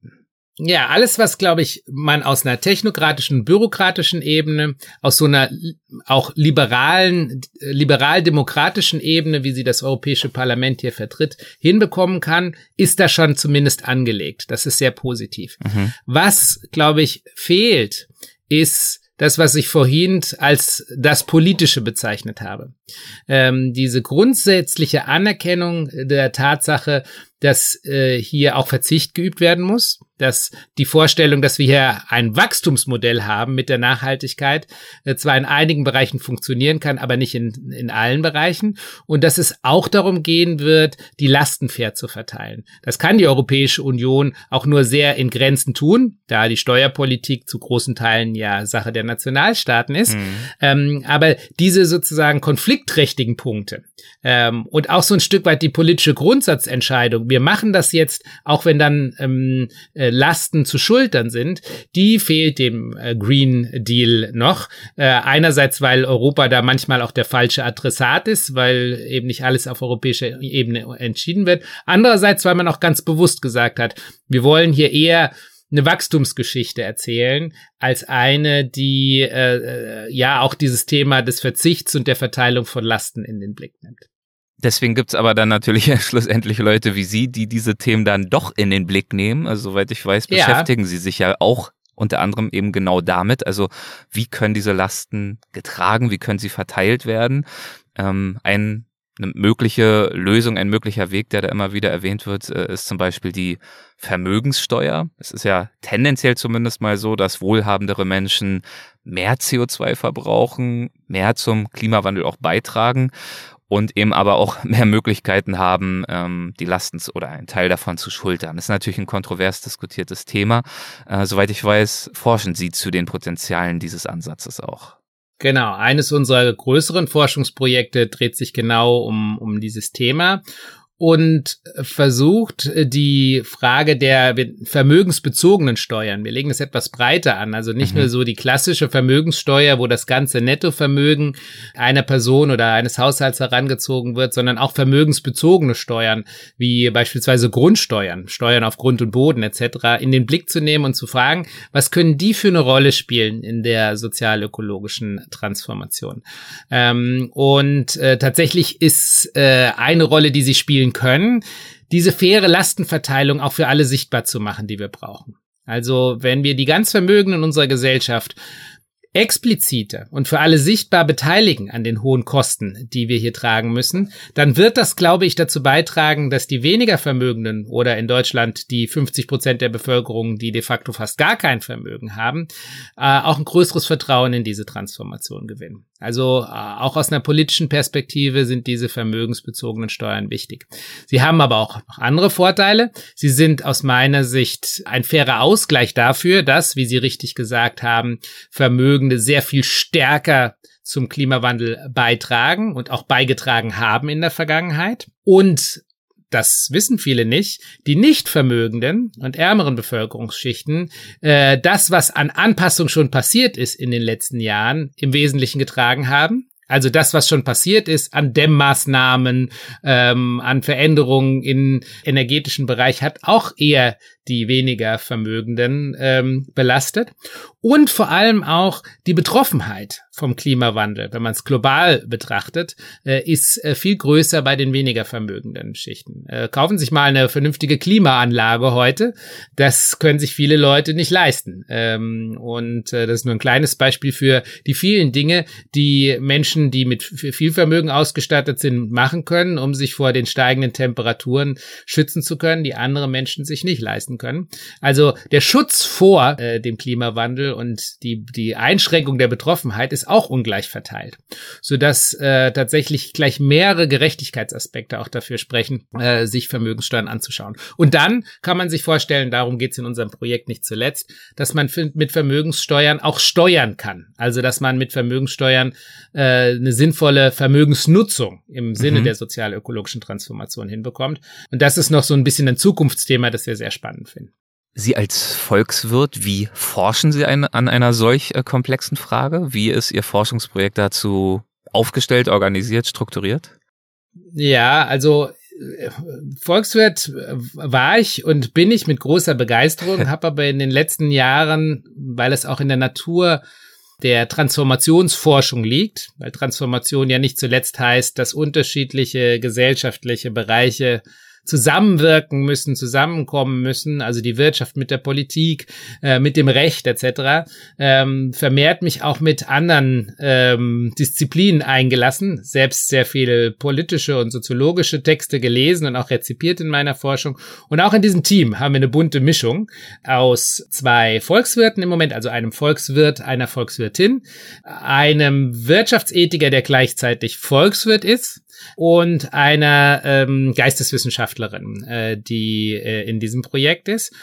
Ja, alles, was, glaube ich, man aus einer technokratischen, bürokratischen Ebene, aus so einer auch liberalen, liberal-demokratischen Ebene, wie sie das Europäische Parlament hier vertritt, hinbekommen kann, ist da schon zumindest angelegt. Das ist sehr positiv. Mhm. Was, glaube ich, fehlt, ist das, was ich vorhin als das Politische bezeichnet habe. Ähm, diese grundsätzliche Anerkennung der Tatsache, dass äh, hier auch Verzicht geübt werden muss, dass die Vorstellung, dass wir hier ein Wachstumsmodell haben mit der Nachhaltigkeit, äh, zwar in einigen Bereichen funktionieren kann, aber nicht in, in allen Bereichen, und dass es auch darum gehen wird, die Lasten fair zu verteilen. Das kann die Europäische Union auch nur sehr in Grenzen tun, da die Steuerpolitik zu großen Teilen ja Sache der Nationalstaaten ist, mhm. ähm, aber diese sozusagen konfliktträchtigen Punkte ähm, und auch so ein Stück weit die politische Grundsatzentscheidung, wir machen das jetzt, auch wenn dann ähm, äh, Lasten zu schultern sind, die fehlt dem äh, Green Deal noch. Äh, einerseits, weil Europa da manchmal auch der falsche Adressat ist, weil eben nicht alles auf europäischer Ebene entschieden wird. Andererseits, weil man auch ganz bewusst gesagt hat, wir wollen hier eher eine Wachstumsgeschichte erzählen, als eine, die äh, ja auch dieses Thema des Verzichts und der Verteilung von Lasten in den Blick nimmt. Deswegen gibt's aber dann natürlich schlussendlich Leute wie Sie, die diese Themen dann doch in den Blick nehmen. Also soweit ich weiß, beschäftigen ja. Sie sich ja auch unter anderem eben genau damit. Also wie können diese Lasten getragen, wie können sie verteilt werden? Ähm, ein, eine mögliche Lösung, ein möglicher Weg, der da immer wieder erwähnt wird, ist zum Beispiel die Vermögenssteuer. Es ist ja tendenziell zumindest mal so, dass wohlhabendere Menschen mehr C O zwei verbrauchen, mehr zum Klimawandel auch beitragen und eben aber auch mehr Möglichkeiten haben, ähm, die Lasten zu, oder einen Teil davon zu schultern. Das ist natürlich ein kontrovers diskutiertes Thema. Äh, soweit ich weiß, forschen Sie zu den Potenzialen dieses Ansatzes auch. Genau, eines unserer größeren Forschungsprojekte dreht sich genau um, um dieses Thema und versucht die Frage der vermögensbezogenen Steuern. Wir legen das etwas breiter an, also nicht mhm. nur so die klassische Vermögenssteuer, wo das ganze Nettovermögen einer Person oder eines Haushalts herangezogen wird, sondern auch vermögensbezogene Steuern, wie beispielsweise Grundsteuern, Steuern auf Grund und Boden et cetera, in den Blick zu nehmen und zu fragen, was können die für eine Rolle spielen in der sozial-ökologischen Transformation. Ähm, und äh, tatsächlich ist äh, eine Rolle, die sie spielen können, diese faire Lastenverteilung auch für alle sichtbar zu machen, die wir brauchen. Also wenn wir die ganz Vermögenden unserer Gesellschaft expliziter und für alle sichtbar beteiligen an den hohen Kosten, die wir hier tragen müssen, dann wird das, glaube ich, dazu beitragen, dass die weniger Vermögenden oder in Deutschland die fünfzig Prozent der Bevölkerung, die de facto fast gar kein Vermögen haben, äh, auch ein größeres Vertrauen in diese Transformation gewinnen. Also äh, auch aus einer politischen Perspektive sind diese vermögensbezogenen Steuern wichtig. Sie haben aber auch noch andere Vorteile. Sie sind aus meiner Sicht ein fairer Ausgleich dafür, dass, wie Sie richtig gesagt haben, Vermögen sehr viel stärker zum Klimawandel beitragen und auch beigetragen haben in der Vergangenheit. Und das wissen viele nicht, die nicht vermögenden und ärmeren Bevölkerungsschichten, äh, das, was an Anpassung schon passiert ist in den letzten Jahren, im Wesentlichen getragen haben. Also das, was schon passiert ist an Dämmmaßnahmen, ähm, an Veränderungen im energetischen Bereich, hat auch eher die weniger Vermögenden ähm, belastet. Und vor allem auch die Betroffenheit vom Klimawandel, wenn man es global betrachtet, äh, ist äh, viel größer bei den weniger vermögenden Schichten. Äh, kaufen sich mal eine vernünftige Klimaanlage heute. Das können sich viele Leute nicht leisten. Ähm, und äh, das ist nur ein kleines Beispiel für die vielen Dinge, die Menschen, die mit viel Vermögen ausgestattet sind, machen können, um sich vor den steigenden Temperaturen schützen zu können, die andere Menschen sich nicht leisten können. Also der Schutz vor äh, dem Klimawandel und die die Einschränkung der Betroffenheit ist auch ungleich verteilt, sodass äh, tatsächlich gleich mehrere Gerechtigkeitsaspekte auch dafür sprechen, äh, sich Vermögenssteuern anzuschauen. Und dann kann man sich vorstellen, darum geht es in unserem Projekt nicht zuletzt, dass man mit Vermögenssteuern auch steuern kann. Also dass man mit Vermögenssteuern äh, eine sinnvolle Vermögensnutzung im Sinne mhm. der sozial-ökologischen Transformation hinbekommt. Und das ist noch so ein bisschen ein Zukunftsthema, das wir sehr spannend finden. Sie als Volkswirt, wie forschen Sie ein, an einer solch äh, komplexen Frage? Wie ist Ihr Forschungsprojekt dazu aufgestellt, organisiert, strukturiert? Ja, also Volkswirt war ich und bin ich mit großer Begeisterung, habe aber in den letzten Jahren, weil es auch in der Natur der Transformationsforschung liegt, weil Transformation ja nicht zuletzt heißt, dass unterschiedliche gesellschaftliche Bereiche zusammenwirken müssen, zusammenkommen müssen, also die Wirtschaft mit der Politik, äh, mit dem Recht et cetera, ähm, vermehrt mich auch mit anderen ähm, Disziplinen eingelassen, selbst sehr viele politische und soziologische Texte gelesen und auch rezipiert in meiner Forschung. Und auch in diesem Team haben wir eine bunte Mischung aus zwei Volkswirten im Moment, also einem Volkswirt, einer Volkswirtin, einem Wirtschaftsethiker, der gleichzeitig Volkswirt ist, und einer ähm, Geisteswissenschaftlerin, äh, die äh, in diesem Projekt ist.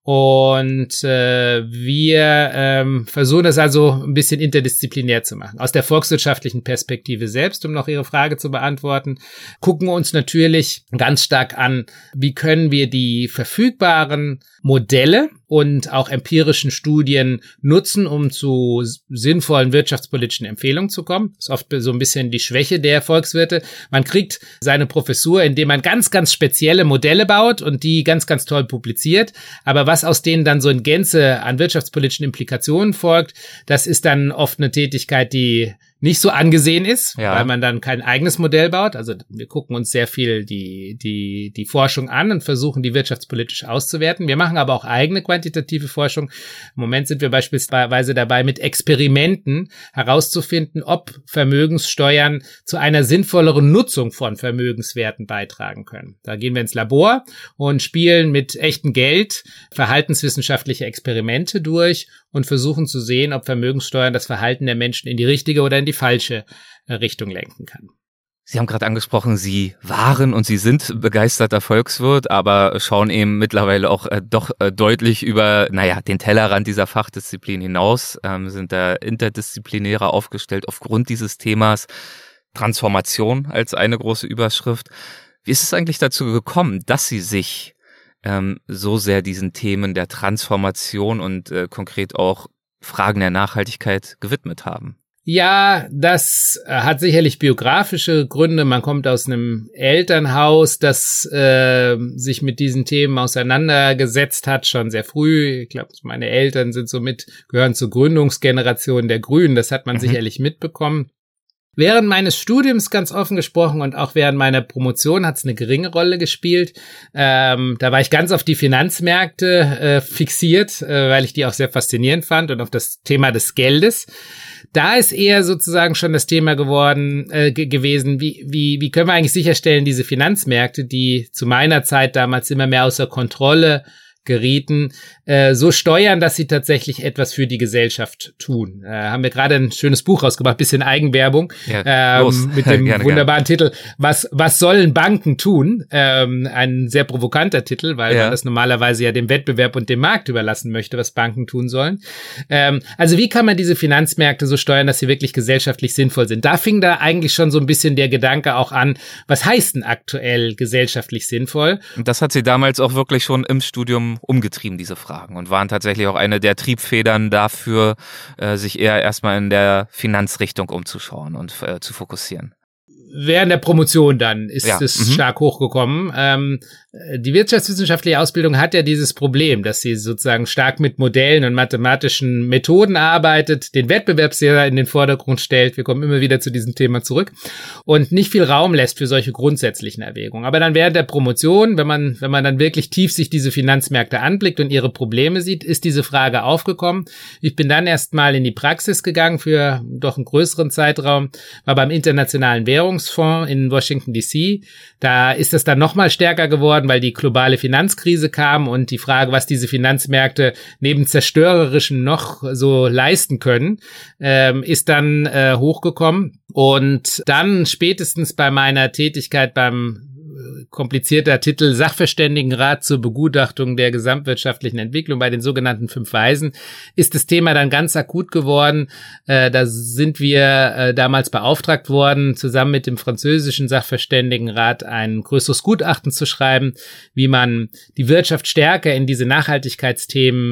Und äh, wir ähm, versuchen das also ein bisschen interdisziplinär zu machen. Aus der volkswirtschaftlichen Perspektive selbst, um noch Ihre Frage zu beantworten, gucken wir uns natürlich ganz stark an, wie können wir die verfügbaren Modelle und auch empirischen Studien nutzen, um zu sinnvollen wirtschaftspolitischen Empfehlungen zu kommen. Das ist oft so ein bisschen die Schwäche der Volkswirte. Man kriegt seine Professur, indem man ganz, ganz spezielle Modelle baut und die ganz, ganz toll publiziert. Aber was aus denen dann so in Gänze an wirtschaftspolitischen Implikationen folgt, das ist dann oft eine Tätigkeit, die nicht so angesehen ist, ja, weil man dann kein eigenes Modell baut. Also wir gucken uns sehr viel die die die Forschung an und versuchen, die wirtschaftspolitisch auszuwerten. Wir machen aber auch eigene quantitative Forschung. Im Moment sind wir beispielsweise dabei, mit Experimenten herauszufinden, ob Vermögenssteuern zu einer sinnvolleren Nutzung von Vermögenswerten beitragen können. Da gehen wir ins Labor und spielen mit echtem Geld verhaltenswissenschaftliche Experimente durch und versuchen zu sehen, ob Vermögenssteuern das Verhalten der Menschen in die richtige oder in die falsche Richtung lenken kann. Sie haben gerade angesprochen, Sie waren und Sie sind begeisterter Volkswirt, aber schauen eben mittlerweile auch äh, doch äh, deutlich über, naja, den Tellerrand dieser Fachdisziplin hinaus, ähm, sind da interdisziplinärer aufgestellt aufgrund dieses Themas. Transformation als eine große Überschrift. Wie ist es eigentlich dazu gekommen, dass Sie sich ähm, so sehr diesen Themen der Transformation und äh, konkret auch Fragen der Nachhaltigkeit gewidmet haben? Ja, das hat sicherlich biografische Gründe. Man kommt aus einem Elternhaus, das äh, sich mit diesen Themen auseinandergesetzt hat, schon sehr früh. Ich glaube, meine Eltern sind somit, gehören zur Gründungsgeneration der Grünen. Das hat man mhm. sicherlich mitbekommen. Während meines Studiums, ganz offen gesprochen, und auch während meiner Promotion hat es eine geringe Rolle gespielt. Ähm, da war ich ganz auf die Finanzmärkte äh, fixiert, äh, weil ich die auch sehr faszinierend fand, und auf das Thema des Geldes. Da ist eher sozusagen schon das Thema geworden äh, g- gewesen, wie, wie, wie können wir eigentlich sicherstellen, diese Finanzmärkte, die zu meiner Zeit damals immer mehr außer Kontrolle gerieten, äh, so steuern, dass sie tatsächlich etwas für die Gesellschaft tun. Äh, haben wir gerade ein schönes Buch rausgebracht, bisschen Eigenwerbung, ja, ähm, mit dem gerne, wunderbaren gerne. Titel Was was sollen Banken tun? Ähm, ein sehr provokanter Titel, weil ja. man das normalerweise ja dem Wettbewerb und dem Markt überlassen möchte, was Banken tun sollen. Ähm, also wie kann man diese Finanzmärkte so steuern, dass sie wirklich gesellschaftlich sinnvoll sind? Da fing da eigentlich schon so ein bisschen der Gedanke auch an, was heißt denn aktuell gesellschaftlich sinnvoll? Und das hat sie damals auch wirklich schon im Studium umgetrieben, diese Fragen, und waren tatsächlich auch eine der Triebfedern dafür, äh, sich eher erstmal in der Finanzrichtung umzuschauen und äh, zu fokussieren. Während der Promotion dann ist ja. es mhm. stark hochgekommen. Ähm, die wirtschaftswissenschaftliche Ausbildung hat ja dieses Problem, dass sie sozusagen stark mit Modellen und mathematischen Methoden arbeitet, den Wettbewerb sehr in den Vordergrund stellt. Wir kommen immer wieder zu diesem Thema zurück und nicht viel Raum lässt für solche grundsätzlichen Erwägungen. Aber dann während der Promotion, wenn man, wenn man dann wirklich tief sich diese Finanzmärkte anblickt und ihre Probleme sieht, ist diese Frage aufgekommen. Ich bin dann erst mal in die Praxis gegangen für doch einen größeren Zeitraum, war beim Internationalen Währungsfonds in Washington D C. Da ist es dann noch mal stärker geworden, weil die globale Finanzkrise kam und die Frage, was diese Finanzmärkte neben zerstörerischem noch so leisten können, ähm, ist dann äh, hochgekommen. Und dann spätestens bei meiner Tätigkeit beim komplizierter Titel Sachverständigenrat zur Begutachtung der gesamtwirtschaftlichen Entwicklung bei den sogenannten fünf Weisen, ist das Thema dann ganz akut geworden. Äh, da sind wir äh, damals beauftragt worden, zusammen mit dem französischen Sachverständigenrat ein größeres Gutachten zu schreiben, wie man die Wirtschaft stärker in diese Nachhaltigkeitsthemen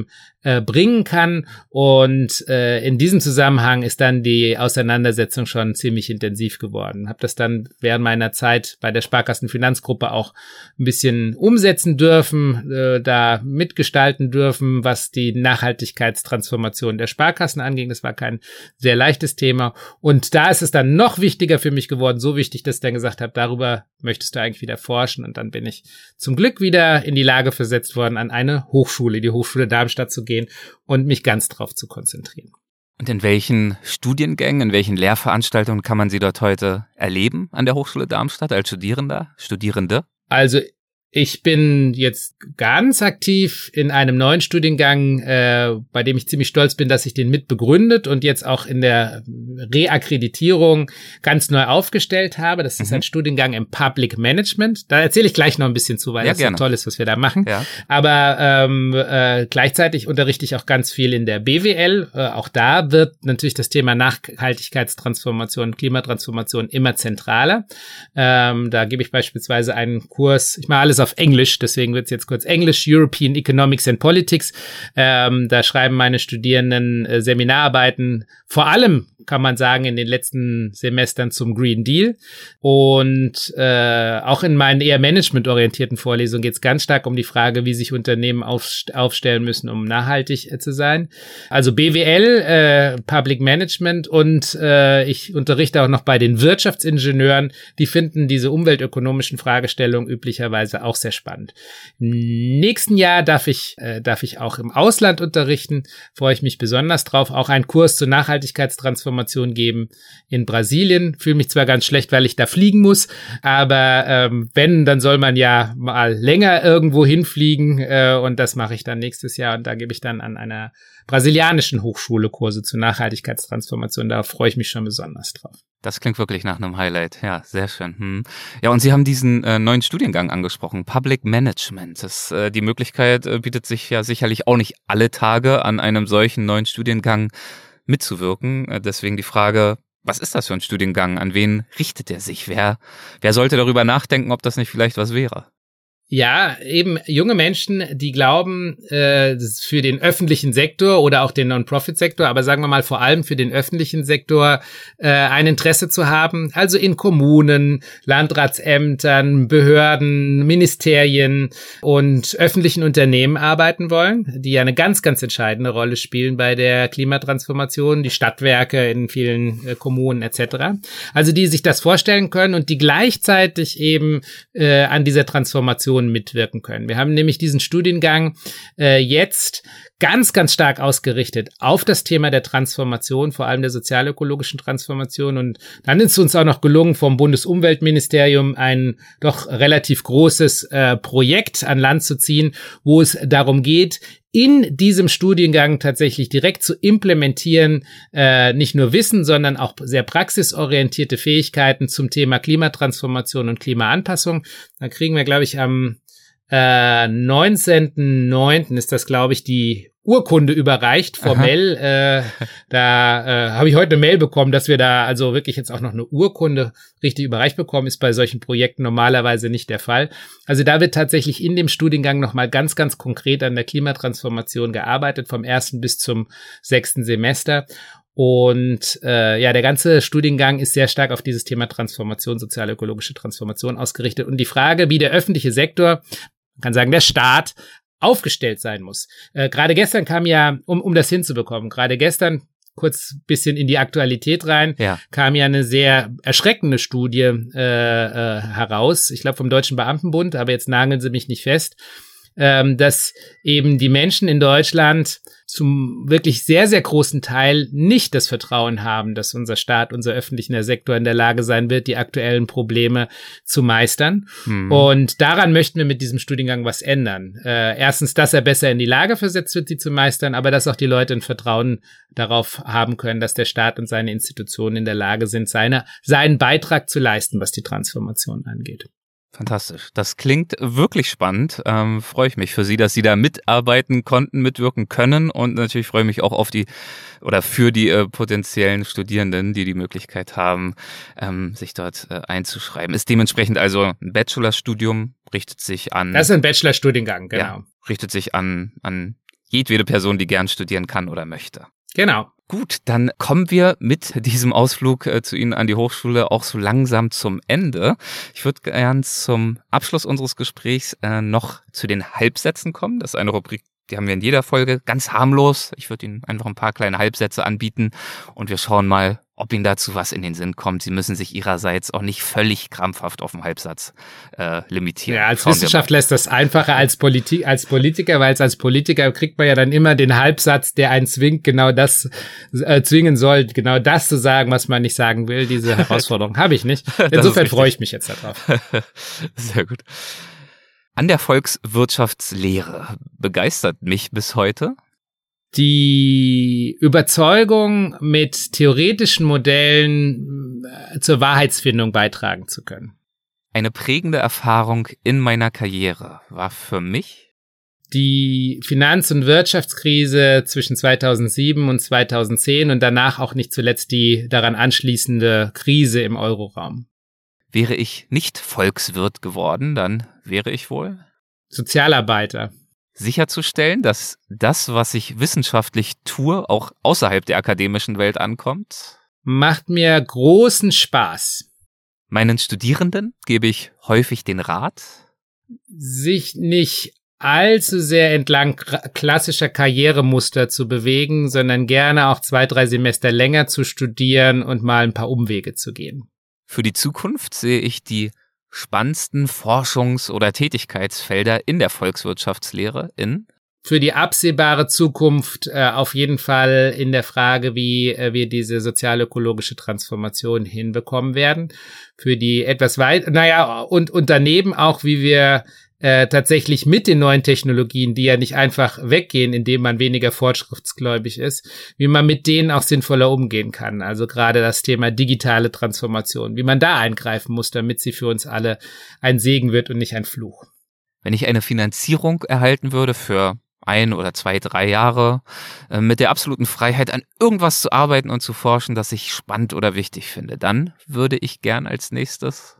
äh, bringen kann. Und äh, in diesem Zusammenhang ist dann die Auseinandersetzung schon ziemlich intensiv geworden. Habe das dann während meiner Zeit bei der Sparkassenfinanzgruppe auch ein bisschen umsetzen dürfen, äh, da mitgestalten dürfen, was die Nachhaltigkeitstransformation der Sparkassen anging. Das war kein sehr leichtes Thema. Und da ist es dann noch wichtiger für mich geworden, so wichtig, dass ich dann gesagt habe, darüber möchtest du eigentlich wieder forschen. Und dann bin ich zum Glück wieder in die Lage versetzt worden, an eine Hochschule, die Hochschule Darmstadt zu gehen und mich ganz drauf zu konzentrieren. Und in welchen Studiengängen, in welchen Lehrveranstaltungen kann man Sie dort heute erleben an der Hochschule Darmstadt als Studierender, Studierende? Also ich bin jetzt ganz aktiv in einem neuen Studiengang, äh, bei dem ich ziemlich stolz bin, dass ich den mit begründet und jetzt auch in der Reakkreditierung ganz neu aufgestellt habe. Das ist mhm. ein Studiengang im Public Management. Da erzähle ich gleich noch ein bisschen zu, weil ja, das gerne. so toll ist, was wir da machen. Ja. Aber ähm, äh, gleichzeitig unterrichte ich auch ganz viel in der B W L. Äh, auch da wird natürlich das Thema Nachhaltigkeitstransformation, Klimatransformation immer zentraler. Ähm, da gebe ich beispielsweise einen Kurs, ich mache alles auf Englisch, deswegen wird es jetzt kurz Englisch, European Economics and Politics. Ähm, da schreiben meine Studierenden äh, Seminararbeiten, vor allem kann man sagen, in den letzten Semestern zum Green Deal. Und äh, auch in meinen eher managementorientierten Vorlesungen geht es ganz stark um die Frage, wie sich Unternehmen auf, aufstellen müssen, um nachhaltig äh, zu sein. Also B W L, äh, Public Management und äh, ich unterrichte auch noch bei den Wirtschaftsingenieuren. Die finden diese umweltökonomischen Fragestellungen üblicherweise auch sehr spannend. Im nächsten Jahr darf ich, äh, darf ich auch im Ausland unterrichten, freue ich mich besonders drauf. Auch einen Kurs zur Nachhaltigkeitstransformation geben in Brasilien. Fühle mich zwar ganz schlecht, weil ich da fliegen muss, aber ähm, wenn, dann soll man ja mal länger irgendwo hinfliegen äh, und das mache ich dann nächstes Jahr und da gebe ich dann an einer brasilianischen Hochschule Kurse zur Nachhaltigkeitstransformation. Da freue ich mich schon besonders drauf. Das klingt wirklich nach einem Highlight. Ja, sehr schön. Hm. Ja, und Sie haben diesen äh, neuen Studiengang angesprochen, Public Management. Das, äh, die Möglichkeit äh, bietet sich ja sicherlich auch nicht alle Tage an einem solchen neuen Studiengang mitzuwirken. Deswegen die Frage, was ist das für ein Studiengang? An wen richtet er sich? Wer, wer sollte darüber nachdenken, ob das nicht vielleicht was wäre? Ja, eben junge Menschen, die glauben, äh, für den öffentlichen Sektor oder auch den Non-Profit-Sektor, aber sagen wir mal vor allem für den öffentlichen Sektor äh, ein Interesse zu haben, also in Kommunen, Landratsämtern, Behörden, Ministerien und öffentlichen Unternehmen arbeiten wollen, die ja eine ganz, ganz entscheidende Rolle spielen bei der Klimatransformation, die Stadtwerke in vielen äh, Kommunen et cetera. Also die sich das vorstellen können und die gleichzeitig eben äh, an dieser Transformation mitwirken können. Wir haben nämlich diesen Studiengang äh, jetzt ganz, ganz stark ausgerichtet auf das Thema der Transformation, vor allem der sozialökologischen Transformation. Und dann ist uns auch noch gelungen, vom Bundesumweltministerium ein doch relativ großes äh, Projekt an Land zu ziehen, wo es darum geht, in diesem Studiengang tatsächlich direkt zu implementieren, äh, nicht nur Wissen, sondern auch sehr praxisorientierte Fähigkeiten zum Thema Klimatransformation und Klimaanpassung. Da kriegen wir, glaube ich, am äh, neunzehnten neunten ist das, glaube ich, die Urkunde überreicht, formell. Äh, da äh, habe ich heute eine Mail bekommen, dass wir da also wirklich jetzt auch noch eine Urkunde richtig überreicht bekommen. Ist bei solchen Projekten normalerweise nicht der Fall. Also da wird tatsächlich in dem Studiengang nochmal ganz, ganz konkret an der Klimatransformation gearbeitet, vom ersten bis zum sechsten Semester. Und äh, ja, der ganze Studiengang ist sehr stark auf dieses Thema Transformation, sozial-ökologische Transformation ausgerichtet. Und die Frage, wie der öffentliche Sektor, man kann sagen, der Staat, aufgestellt sein muss. Äh, gerade gestern kam ja, um um das hinzubekommen, gerade gestern, kurz bisschen in die Aktualität rein, ja. kam ja eine sehr erschreckende Studie äh, äh, heraus, ich glaube vom Deutschen Beamtenbund, aber jetzt nageln Sie mich nicht fest, ähm, dass eben die Menschen in Deutschland zum wirklich sehr, sehr großen Teil nicht das Vertrauen haben, dass unser Staat, unser öffentlicher Sektor in der Lage sein wird, die aktuellen Probleme zu meistern. Hm. Und daran möchten wir mit diesem Studiengang was ändern. Äh, erstens, dass er besser in die Lage versetzt wird, sie zu meistern, aber dass auch die Leute ein Vertrauen darauf haben können, dass der Staat und seine Institutionen in der Lage sind, seine, seinen Beitrag zu leisten, was die Transformation angeht. Fantastisch. Das klingt wirklich spannend. Ähm, freue ich mich für Sie, dass Sie da mitarbeiten konnten, mitwirken können und natürlich freue ich mich auch auf die oder für die äh, potenziellen Studierenden, die die Möglichkeit haben, ähm, sich dort äh, einzuschreiben. Ist dementsprechend also ein Bachelorstudium, richtet sich an... Das ist ein Bachelorstudiengang, genau. Ja, richtet sich an, an jedwede Person, die gern studieren kann oder möchte. Genau. Gut, dann kommen wir mit diesem Ausflug äh, zu Ihnen an die Hochschule auch so langsam zum Ende. Ich würde gern zum Abschluss unseres Gesprächs äh, noch zu den Halbsätzen kommen. Das ist eine Rubrik, die haben wir in jeder Folge, ganz harmlos. Ich würde Ihnen einfach ein paar kleine Halbsätze anbieten und wir schauen mal, ob Ihnen dazu was in den Sinn kommt. Sie müssen sich Ihrerseits auch nicht völlig krampfhaft auf den Halbsatz äh, limitieren. Ja, als Schauen Wissenschaftler ist das einfacher als, Politik, als Politiker, weil als Politiker kriegt man ja dann immer den Halbsatz, der einen zwingt, genau das äh, zwingen soll, genau das zu sagen, was man nicht sagen will. Diese Herausforderung habe ich nicht. Insofern freue ich mich jetzt darauf. Sehr gut. An der Volkswirtschaftslehre begeistert mich bis heute die Überzeugung, mit theoretischen Modellen zur Wahrheitsfindung beitragen zu können. Eine prägende Erfahrung in meiner Karriere war für mich die Finanz- und Wirtschaftskrise zwischen zweitausendsieben und zweitausendzehn und danach auch nicht zuletzt die daran anschließende Krise im Euroraum. Wäre ich nicht Volkswirt geworden, dann wäre ich wohl Sozialarbeiter. Sicherzustellen, dass das, was ich wissenschaftlich tue, auch außerhalb der akademischen Welt ankommt. Macht mir großen Spaß. Meinen Studierenden gebe ich häufig den Rat, sich nicht allzu sehr entlang klassischer Karrieremuster zu bewegen, sondern gerne auch zwei, drei Semester länger zu studieren und mal ein paar Umwege zu gehen. Für die Zukunft sehe ich die spannendsten Forschungs- oder Tätigkeitsfelder in der Volkswirtschaftslehre in? Für die absehbare Zukunft äh, auf jeden Fall in der Frage, wie äh, wir diese sozial-ökologische Transformation hinbekommen werden. Für die etwas weit, naja, und, und daneben auch, wie wir äh, tatsächlich mit den neuen Technologien, die ja nicht einfach weggehen, indem man weniger fortschrittsgläubig ist, wie man mit denen auch sinnvoller umgehen kann. Also gerade das Thema digitale Transformation, wie man da eingreifen muss, damit sie für uns alle ein Segen wird und nicht ein Fluch. Wenn ich eine Finanzierung erhalten würde für ein oder zwei, drei Jahre, äh, mit der absoluten Freiheit an irgendwas zu arbeiten und zu forschen, das ich spannend oder wichtig finde, dann würde ich gern als nächstes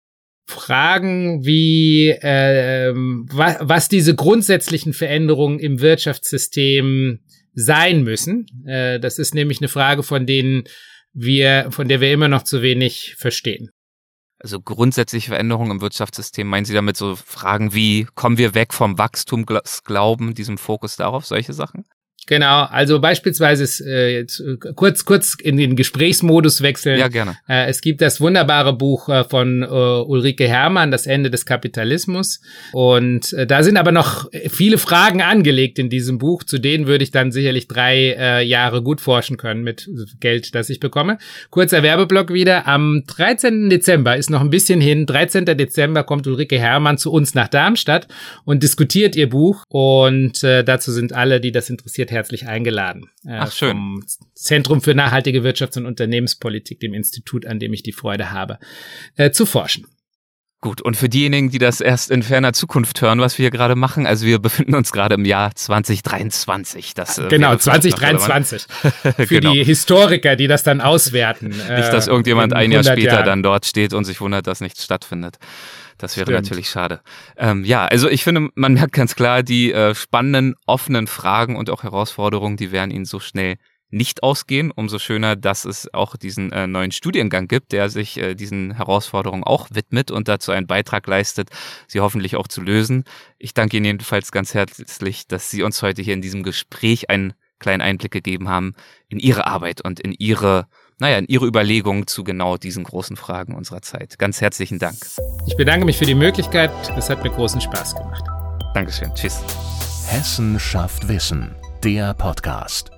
Fragen wie, äh, was, was diese grundsätzlichen Veränderungen im Wirtschaftssystem sein müssen. Äh, das ist nämlich eine Frage, von denen wir, von der wir immer noch zu wenig verstehen. Also grundsätzliche Veränderungen im Wirtschaftssystem, meinen Sie damit so Fragen wie, kommen wir weg vom Wachstumsglauben, diesem Fokus darauf, solche Sachen? Genau, also beispielsweise ist, äh, jetzt, äh, kurz kurz in den Gesprächsmodus wechseln. Ja, gerne. Äh, es gibt das wunderbare Buch äh, von äh, Ulrike Herrmann, Das Ende des Kapitalismus. Und äh, da sind aber noch viele Fragen angelegt in diesem Buch, zu denen würde ich dann sicherlich drei äh, Jahre gut forschen können mit Geld, das ich bekomme. Kurzer Werbeblock wieder. Am dreizehnten Dezember ist noch ein bisschen hin. dreizehnten Dezember kommt Ulrike Herrmann zu uns nach Darmstadt und diskutiert ihr Buch. Und äh, dazu sind alle, die das interessiert, herzlich eingeladen. Äh, Ach, schön. Vom Zentrum für nachhaltige Wirtschafts- und Unternehmenspolitik, dem Institut, an dem ich die Freude habe, äh, zu forschen. Gut, und für diejenigen, die das erst in ferner Zukunft hören, was wir hier gerade machen, also wir befinden uns gerade im Jahr zwanzig dreiundzwanzig. Das, äh, genau, zwanzig dreiundzwanzig. Für genau. Die Historiker, die das dann auswerten. Nicht, dass irgendjemand ein Jahr später Jahren. dann dort steht und sich wundert, dass nichts stattfindet. Das wäre Stimmt. natürlich schade. Ähm, ja, also ich finde, man merkt ganz klar, die äh, spannenden, offenen Fragen und auch Herausforderungen, die werden Ihnen so schnell nicht ausgehen. Umso schöner, dass es auch diesen äh, neuen Studiengang gibt, der sich äh, diesen Herausforderungen auch widmet und dazu einen Beitrag leistet, sie hoffentlich auch zu lösen. Ich danke Ihnen jedenfalls ganz herzlich, dass Sie uns heute hier in diesem Gespräch einen kleinen Einblick gegeben haben in Ihre Arbeit und in Ihre Naja, in Ihre Überlegungen zu genau diesen großen Fragen unserer Zeit. Ganz herzlichen Dank. Ich bedanke mich für die Möglichkeit. Es hat mir großen Spaß gemacht. Dankeschön. Tschüss. Hessen schafft Wissen, der Podcast.